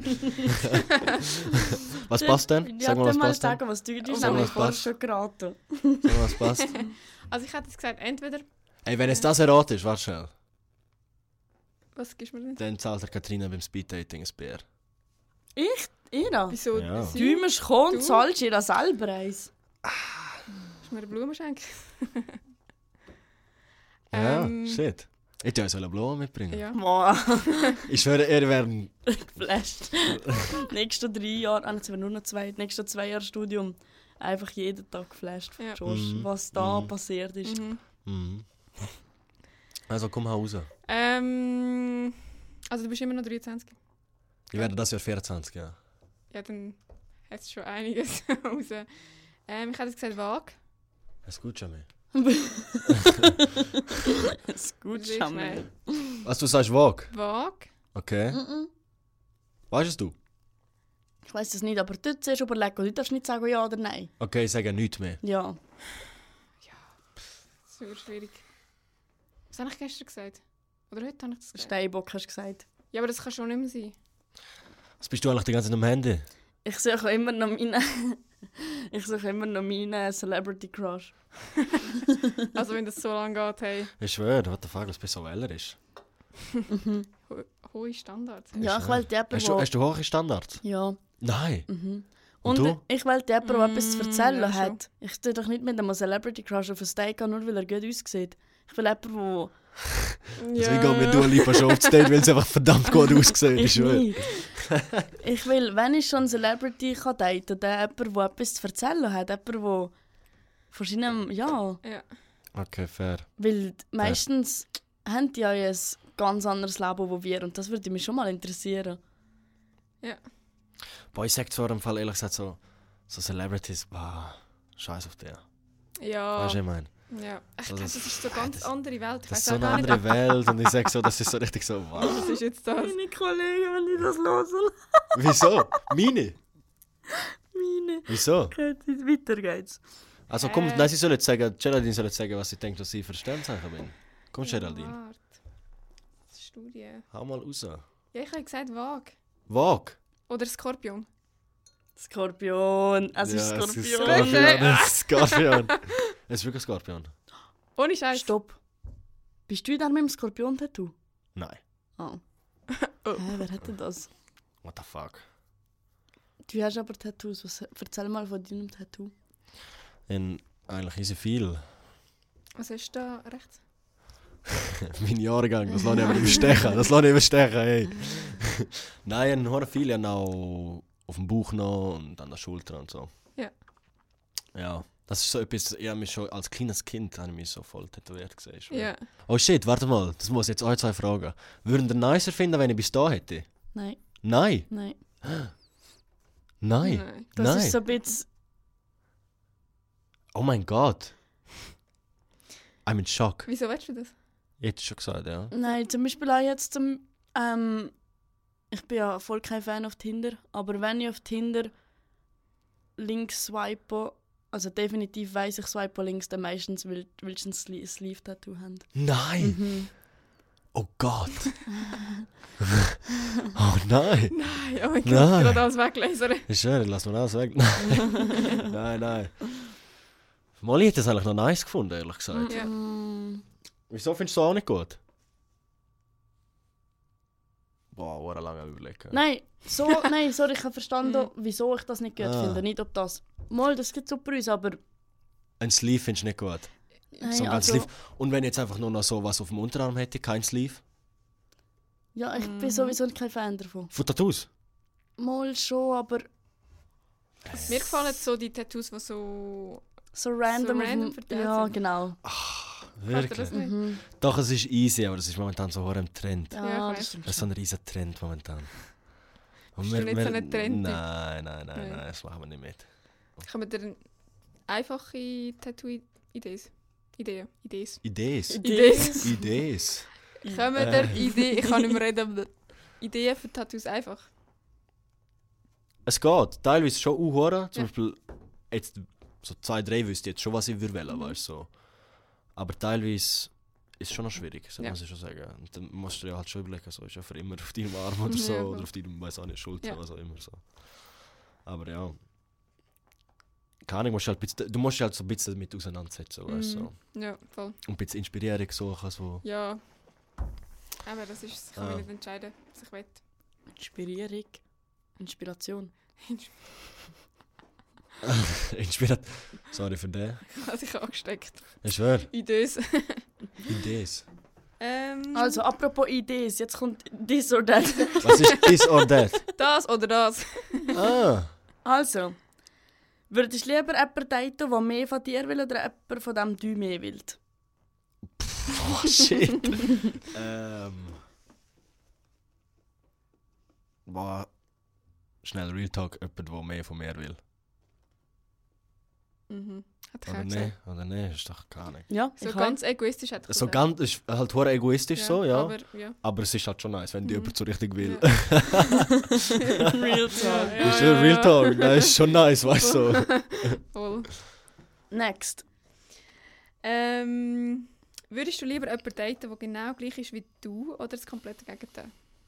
Was passt denn? Ich Sag mal, wollte was mal passt denn? sagen, was du dir Sag mal, nämlich was vorher passt. schon geraten. Sag mal, was passt? Also ich hätte jetzt gesagt, entweder... Ey, wenn jetzt das erratest, warte schnell. Was gibst du mir denn? Dann zahlt der Katrina beim Speeddating ein Bär. Ira, Wieso? Ja. Sie? du musst kommen, Du? zahlst ihr das selber eins. Kannst du mir eine Blume schenken? Ja, shit. Ich hätte uns eine Blume mitbringen. Ja. Boah, Ich schwöre, ihr wären... geflasht. Nächste 3 Jahre, jetzt sind wir nur noch 2, nächste 2 Jahre Studium, einfach jeden Tag geflasht von Ja. Josh, Mhm. was da Mhm. passiert ist. Mhm. Mhm. Also komm raus. Also du bist immer noch 23. Ich werde das Jahr 24, ja. Ja, dann hast du schon einiges raus. Ich hätte jetzt gesagt, vage. Es gut schon mehr. ist gut, Sehr Schamel. Was du sagst, Vag? Vage? Okay. Weißt du? Ich weiss das nicht, aber du zuerst überlegen, du darfst nicht sagen ja oder nein. Okay, ich sage nichts mehr. Ja. Das ist schwierig. Was habe ich gestern gesagt? Oder heute habe ich das gesagt? Steinbock hast du gesagt. Ja, aber das kann schon nicht mehr sein. Was bist du eigentlich die ganze Zeit am Handy? Ich suche immer noch meinen Celebrity Crush. Also wenn das so lange geht, hey, Ich schwöre, what the fuck, was bist du so ist. hohe Standards. Ja, ich wollte jemanden, Hast du hohe Standards? Ja. Nein. Mhm. Und Und du? ich wollte jemanden, der etwas zu erzählen ja, schon. hat. Ich tue doch nicht mit einem Celebrity Crush auf ein Steak gehen, nur weil er gut aussieht. Ich will jemanden, der... Deswegen gehen wir Dua Lipa schon auf das Date, weil es einfach verdammt gut aussieht. Ich schwöre. nicht. Ich will, wenn ich schon Celebrity kann daten, dann jemanden, der etwas zu erzählen hat. Jemanden, der von seinem... Ja. Ja. Okay, fair. Weil meistens haben die ja ein ganz anderes Leben als wir. Und das würde mich schon mal interessieren. Boah, ich sag zwar im Fall ehrlich gesagt so Celebrities, scheiß auf der. Ja. Weißt du, was ich meine? Ja. Ich So, glaube, das ist so eine ganz andere Welt. Ich Das ist weiss so auch eine gar andere Welt und ich sag so, das ist so richtig so, wow. nicht, was ist jetzt das? Meine Kollegen, wenn die das hören. Wieso? Meine? Meine. Wieso? Weiter geht's. Also komm, nein, sie soll jetzt sagen, Geraldine soll jetzt sagen, was sie denkt, dass ich für Sternzeichen bin. Komm, Geraldine. Warte. Das ist Studie. Hau mal raus. Ja, ich habe gesagt vage. Vag? Oder Skorpion. Skorpion. Es ist Ja, Skorpion. Es ist Skorpion. Es ist Skorpion. Es ist wirklich Skorpion. Ohne Scheiß. Stopp. Bist du da mit dem Skorpion-Tattoo? Nein. Ah. Oh. Hä, wer hätte das? What the fuck? Du hast aber Tattoos. Erzähl mal von deinem Tattoo. Eigentlich easy viel. Was hast du da rechts? Mein Jahrgang, das lasse ich aber nicht stechen. Das lasse ich nicht stechen, hey. Nein, ich habe viele auch auf dem Bauch noch und an der Schulter und so. Ja. Ja, das ist so etwas, ich habe mich schon als kleines Kind habe ich mich so voll tätowiert gesehen. Ja. Oh shit, warte mal, das muss ich jetzt euch zwei fragen. Würden ihr nicer finden, wenn ich bis da hätte? Nein, Nein? nein. Nein? Das Nein? ist so ein bisschen... Oh mein Gott. I'm in shock. Wieso willst du das? Ich hätte es schon gesagt, ja. Nein, zum Beispiel auch jetzt zum... ich bin ja voll kein Fan auf Tinder, aber wenn ich auf Tinder links swipe, also definitiv weiss ich swipe links, dann meistens weil sie ein Sleeve-Tattoo haben. Nein! Oh Gott! Oh nein! Nein, oh mein Gott, Nein. gerade alles weglasern. Ich schwöre, lass mir alles weg. Nein, nein. Molly hat das eigentlich noch nice gefunden, ehrlich gesagt. Ja. Wieso findest du es auch nicht gut? Boah, lange überlegen. Nein, sorry, ich habe verstanden, wieso ich das nicht gut finde. Nicht ob das... Mal, das gibt super uns, aber... Ein Sleeve findest du nicht gut? Nein, So ein also, Sleeve. Und wenn ich jetzt einfach nur noch so was auf dem Unterarm hätte, kein Sleeve? ja, ich bin sowieso kein Fan davon. Von Tattoos? Mal schon, aber Mir gefallen so die Tattoos, die so... so random. So random auf dem- verteilt ja, sind. genau. Gefällt dir Wirklich? das nicht? Doch, es ist easy, aber es ist momentan so hoch im Trend. Ja, Ja, ich das weiß. stimmt. Das ist so ein riesen Trend momentan. Und Bist du nicht so ein Trend? Nein, Nein. das machen wir nicht mit. Kommen dir einfache Tattoo-Ideen? Ideen. Idees. Idees. Idees. Kommen dir Ideen? Ich kann nicht mehr reden. Ideen für Tattoos einfach. Es geht. Teilweise schon auch zum Ja. Beispiel, jetzt so 2, 3 wüsste ich jetzt schon, was ich würde wählen, weißt du. So. Aber teilweise ist es schon noch schwierig, das Ja. muss ich schon sagen. Und dann musst du dir halt schon überlegen, so ist ja für immer auf deinem Arm oder so, Ja, oder voll. auf deinem, weiß auch nicht, Schulter, Ja. was auch immer so. Aber ja. Keine Ahnung, du musst dich halt so ein bisschen damit auseinandersetzen, weißt du. So. Ja, voll. Und ein bisschen Inspirierung suchen, so. Ja. Aber das ist, ich kann mich Ah. nicht entscheiden, was ich will. Inspirierung. Inspiration. Sorry für den. Was ich angesteckt. Ich schwöre, Idees. Idees. Also, apropos Ideen, jetzt kommt this or that. Was ist this or that? Das oder das. Ah, Also, würdest du lieber jemanden daten, der mehr von dir will, oder jemanden, von dem du mehr willst? oh shit. Boah. Schnell Real Talk, jemand, der mehr von mir will. Mhm. Hat ich Oder auch nee, gesagt. oder nee, ist doch gar nicht. Ja, So ich ganz egoistisch hätte ich So gesagt. ganz, ist halt hure egoistisch so, ja. Aber Es ist halt schon nice, wenn die Mhm. jemand so richtig will. Ja. Real Talk. Ja, Ist ja Real Talk, das ist schon nice, weißt du. So. Voll. Next. Würdest du lieber jemanden daten, der genau gleich ist wie du, oder das komplette Gegenteil?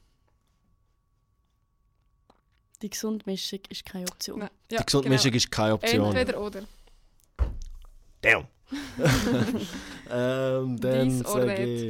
Die gesunde Mischung ist keine Option. Nein. Ja, Die gesunde Mischung ist keine Option. Entweder oder. Damn. Dann Dies oder sage ich...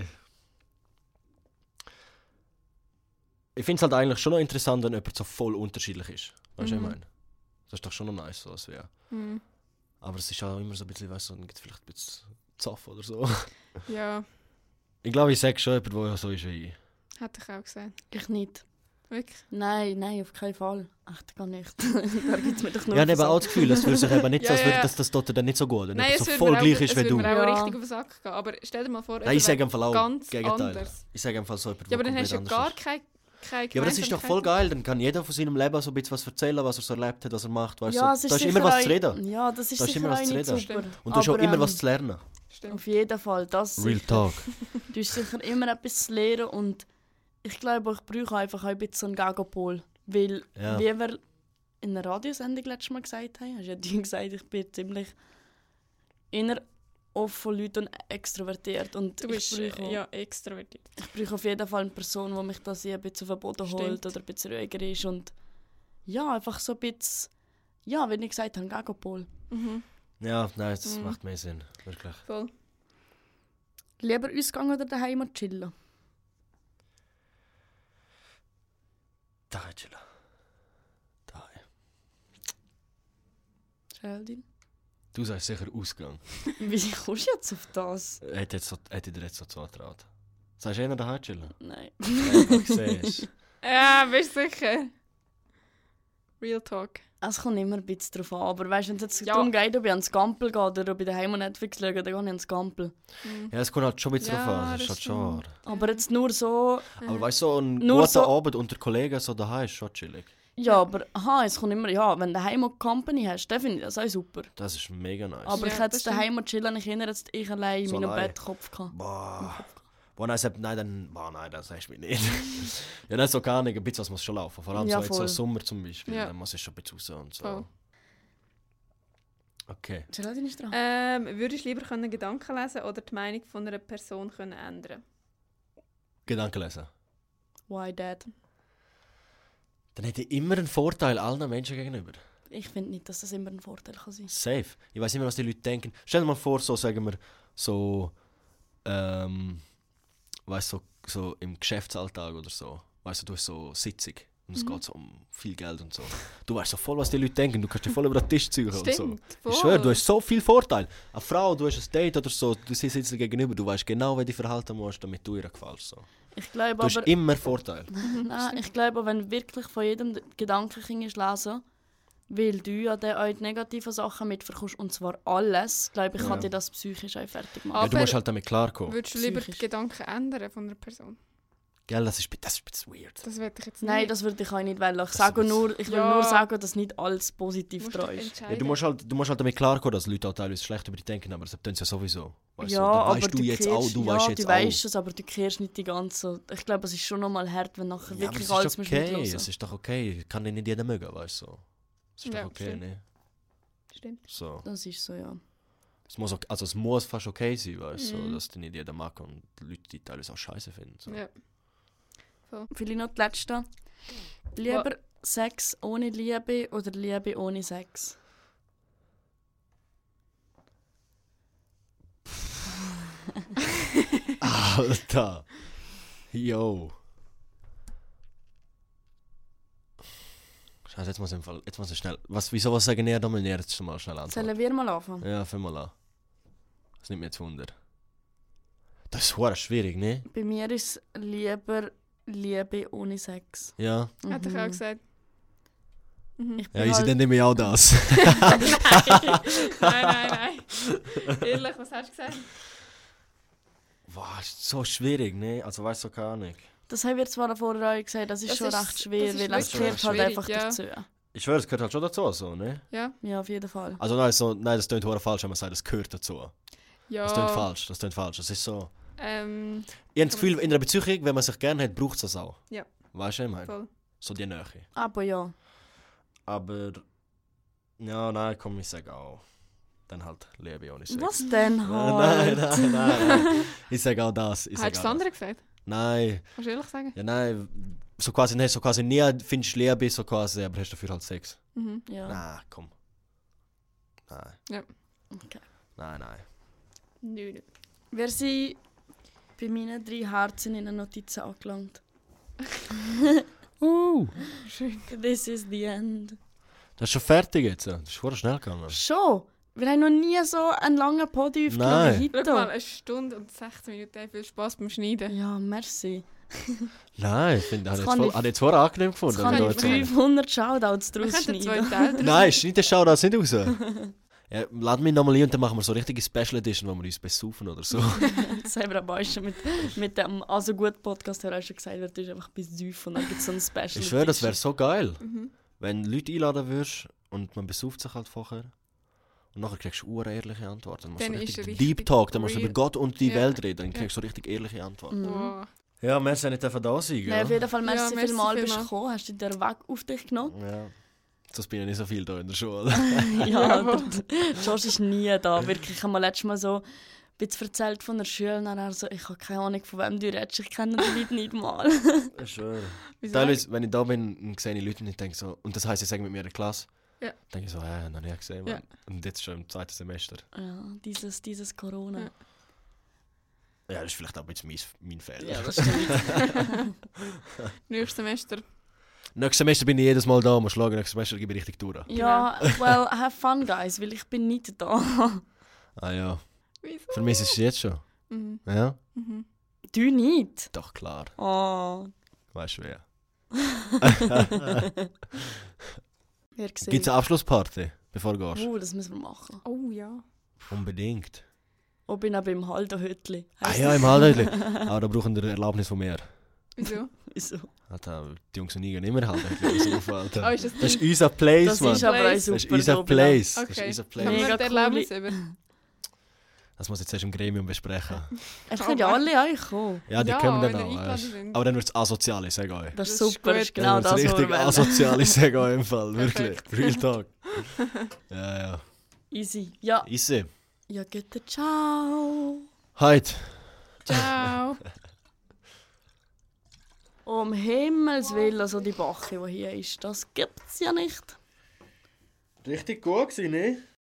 Ich finde es halt eigentlich schon noch interessant, wenn jemand so voll unterschiedlich ist. Weißt du, was ich meine? Das ist doch schon noch nice, so als wäre. Mhm. Aber es ist auch immer so ein bisschen, weißt du, dann gibt es vielleicht ein bisschen Zoff oder so. Ja, Ich glaube, ich sage schon jemand, der so ist wie ich. hätte ich auch gesagt. Ich nicht. Wirklich? Nein, auf keinen Fall. Echt gar nicht. Da gibt es mir doch nur Ja, ich habe Versagt. auch das Gefühl, es fühlt sich eben nicht so, Ja, als ja, würde ja. das dort dann nicht so gut. Wenn Nein, jemand es so würde voll mir gleich auch, ist es wie würde du. mir auch Ja. richtig auf den Sack gehen. Aber stell dir mal vor, Nein, ich sage im Fall auch ganz Gegenteil. anders. Ich sage im Fall so jemand, Ja, aber dann der hast du ja komplett gar anders ist. keine Ja, aber das ist doch voll Gemeinsamkeiten. geil. Dann kann jeder von seinem Leben so ein bisschen was erzählen, was er so erlebt hat, was er macht. Weißt Ja, du? es ist Da ist sicher immer was auch- zu reden. Ja, das ist Da ist sicher immer was auch zu nicht reden. super. Und du hast auch Aber, immer was zu lernen. Stimmt. Auf jeden Fall. Das Real sicher. Talk. Du hast sicher immer etwas zu lernen und ich glaube, ich brauche einfach auch ein bisschen so einen Gegenpol. Weil, Ja. wie wir in einer Radiosendung letztes Mal gesagt haben, hast du ja dir gesagt, ich bin ziemlich inner offen von Leuten und extrovertiert. Und Du bist ich brauche extrovertiert. ich brauche auf jeden Fall eine Person, die mich das ein bisschen auf den Boden Stimmt. holt oder ein bisschen ruhiger ist. Und ja, einfach so ein bisschen, ja, wie ich gesagt habe, Gegenpol. Mhm. Ja, nein, das Mhm. macht mehr Sinn. Wirklich. Voll. Lieber ausgehen oder daheim und chillen? Da, chillen. Da. Geraldine? Du sagst sicher Ausgang. Wie kommst du jetzt auf das? Hätte ich dir jetzt so zugetraut. Sagst du eher daheim chillen? Nein. Einfach siehst. Ja, bist du sicher? Real Talk. Es kommt immer ein bisschen drauf an. Aber weißt du, wenn es jetzt Ja. darum geht, ob ich ans Gampel gehe oder ob ich daheim und Netflix schaue, dann gehe ich ans Gampel. Mhm. Ja, es kommt halt schon ein bisschen Ja, drauf an. Das ist das halt schon wahr. Aber jetzt nur so... Aber weißt du, so ein Nur guter so- Abend unter Kollegen so daheim ist schon chillig. Ja, aber es kommt immer... Ja, wenn du daheim und Company hast, dann finde ich das auch super. Das ist mega nice. Aber Ja, ich hätte das daheim und chillen, ich erinnere jetzt, ich allein in So meinem allein. Bett Kopf gehabt. Boah. Boah, nein, nein, das sagst du mir nicht. Ja, nicht so gar nicht, ein bisschen was muss schon laufen. Vor allem Ja, so jetzt so voll. Sommer zum Beispiel, Ja. dann muss ich schon ein bisschen raus und so. Voll. Okay. Geraldine ist dran. Würdest du lieber können Gedanken lesen oder die Meinung von einer Person können ändern? Gedanken lesen. Why that? Dann hätte ich immer einen Vorteil allen Menschen gegenüber. Ich finde nicht, dass das immer ein Vorteil kann sein. Safe. Ich weiß immer, was die Leute denken. Stell dir mal vor, so sagen wir, so, weißt du, so im Geschäftsalltag oder so. Weißt du, du hast so Sitzung und es geht so um viel Geld und so. Du weißt so voll, was die Leute denken. Du kannst dich voll über den Tisch ziehen und so. Stimmt, voll. Ich schwöre, du hast so viel Vorteil. Eine Frau, du hast ein Date oder so, du sitzt dir gegenüber, du weißt genau, wie du dich verhalten musst, damit du ihr gefällst. So. Ich glaube Du hast aber, immer Vorteil. nein, ich glaube, wenn du wirklich von jedem Gedanken kannst lesen, weil du ja dann auch die negativen Sachen mitverkommst, und zwar alles, glaube ich, Ja. kann dir das psychisch auch fertig machen. Ja, du Aber- musst halt damit klarkommen. Würdest du lieber die Psychisch. Gedanken ändern von einer Person? Gell, das ist ein bisschen weird. Das werde ich jetzt Nein, nicht. das würde ich auch nicht wollen. Ich will Ja. nur sagen, dass nicht alles positiv Musst dran du ist. entscheiden. Ja, du musst halt damit klarkommen, dass Leute auch teilweise schlecht über dich denken, aber das tun sie ja sowieso. Weißt Ja, du, dann aber weißt du jetzt auch, du weißt jetzt du auch. weißt es, aber du kehrst nicht die ganze... Ich glaube, es ist schon nochmal hart, wenn nachher Ja, aber wirklich es alles ist musst okay, mithören. es ist doch okay. Kann nicht jeder mögen, weißt du. So. Es ist Ja, doch okay, stimmt. ne? Stimmt. So. Das ist so, ja. Es muss fast okay sein, weißt du, Mhm. dass die nicht jeder mag und die Leute die teilweise auch scheiße finden. So. Ja. Vielleicht noch die letzte. Lieber Sex ohne Liebe oder Liebe ohne Sex? Alter! Yo! Scheiße, jetzt muss ich schnell. Wieso was sagen ihr nochmal näher? Jetzt mal schnell antworten. Sollen wir mal anfangen? Ja, fang mal an. Das nimmt mir jetzt Wunder. Das ist verdammt schwierig, ne? Bei mir ist es lieber Liebe ohne Sex. Ja. Hätte ich auch gesagt. Mhm. Ich Ja, bin ich halt- dann nehme ich auch das. Nein. Ehrlich, was hast du gesagt? Wow, ist so schwierig, ne? Also weißt du gar nicht. Das haben wir zwar vorher auch gesagt, das ist Das schon ist- recht schwer, das ist weil es wirklich gehört halt schwierig, einfach ja. dazu. Ich schwöre, es gehört halt schon dazu, so, ne? Ja. Ja, auf jeden Fall. Also nein, das klingt verdammt falsch, wenn man sagt, es gehört dazu. Ja. Das klingt falsch. Das ist so... Ich habe das Kann Gefühl, man in einer Beziehung, wenn man sich gerne hat, braucht es das auch. Ja. Weißt du, was ich meine? voll. So die Nähe. Aber ja. Aber... Ja, nein, komm, ich sage auch. Dann halt Liebe ohne Sex. Was denn Nein, halt? nein. Ich sage auch das. Hast du das andere gesagt? Nein. Kannst du ehrlich sagen? Ja, nein. So quasi nie findest du Liebe, so quasi, aber hast dafür halt Sex. Mhm. Ja. Nein, komm. Nein. Ja. Okay. Nein. Nö. Wir sind bei meinen 3 Herzen in den Notizen angelangt. Schön. This is the end. Das ist schon fertig jetzt. Das ist verdammt schnell gegangen. Schon? Wir haben noch nie so einen langen Podi aufgenommen Nein. wie Schau mal, heute. 1 Stunde und 16 Minuten. Viel Spaß beim Schneiden. Ja, merci. Nein, ich finde, Das habe kann ich ich- jetzt vorher angenehm gefunden. Jetzt kann wenn ich du jetzt- 500 Shoutouts Wir draus könnten 2 schneiden. Teile draus Nein, schneid den Shoutout nicht raus. Ja, lad mich nochmal ein und dann machen wir so richtige Special Edition, wo wir uns besaufen oder so. Das haben wir aber auch schon mit dem «Also gut» Podcast auch schon gesagt, wird ist einfach bis 5 und dann gibt es so ein Special. Ich schwöre, das wäre so geil. Mhm. Wenn Leute einladen würdest und man besauft sich halt vorher. Und nachher kriegst du eine ehrliche Antworten. Dann machst du Dann so ist richtig richtig Deep Talk, dann musst du real. über Gott und die Ja. Welt reden. Dann Ja. kriegst du so richtig ehrliche Antworten. Mhm. Oh. Ja, wir sind nicht da sein, Nein, gell? auf jeden Fall merci, Ja, merci vielmals, bist du vielmals. gekommen, hast du den Weg auf dich genommen. Ja. Sonst bin ich nicht so viel da in der Schule. Ja, Josh ist nie da. Wirklich, ich habe mir letztes Mal so ein bisschen erzählt von der Schule und dann so, ich habe keine Ahnung, von wem du redest, ich kenne die Leute nicht mal. Ich schwöre. Wieso? Teilweise, wenn ich da bin, sehe ich Leute und ich denke so, und das heisst, ich sage mit mir in der Klasse, Ja. denke ich so, noch nie gesehen, Ja. Mann. Und jetzt schon im 2. Semester. Ja, dieses Corona. Ja. Ja, das ist vielleicht auch ein bisschen mein Fehler. Ja, das stimmt. Nächstes Semester. Nächstes Semester bin ich jedes Mal da, muss schlagen, nächstes Semester gebe ich richtig durch. Ja, well, have fun, guys, weil ich bin nicht da. Ah ja, Wieso? für mich ist es jetzt schon. Mhm. Ja? Mhm. Du nicht? Doch, klar. Oh, Weißt du wer? wer gesehen? Gibt es eine Abschlussparty, bevor du gehst? Das müssen wir machen. Oh ja. Unbedingt. Ob ich auch beim Haldo-Hütli. Ah ja, im Haldhäutli. Aber da brauchen wir Erlaubnis von mir. Wieso? Wieso? Alter, die Jungs und ich gehen immer Haldhäutli. Oh, ist das Das ist unser Place, Das Mann. ist aber auch Das super. ist unser da Place. Okay. Das ist unser Haben Place. Mega wir die coole- Erlaubnis über? Das muss ich jetzt erst im Gremium besprechen. Es können ja alle eigentlich kommen. Ja, die Ja, kommen dann wenn ihr auch. eingeladen Weißt. sind. Aber dann wird es asoziale, sag euch. Das ist Das ist super, gut. das ist genau Dann das, wird's was wir richtig wollen. asoziale, sag euch im Fall. Wirklich. Perfekt. Real Talk. Ja. Easy. Ja, Easy. ja, bitte, ciao. Heute. Ciao. Um Himmels Willen, also die Bache, die hier ist, das gibt's ja nicht. Richtig gut gewesen, ne?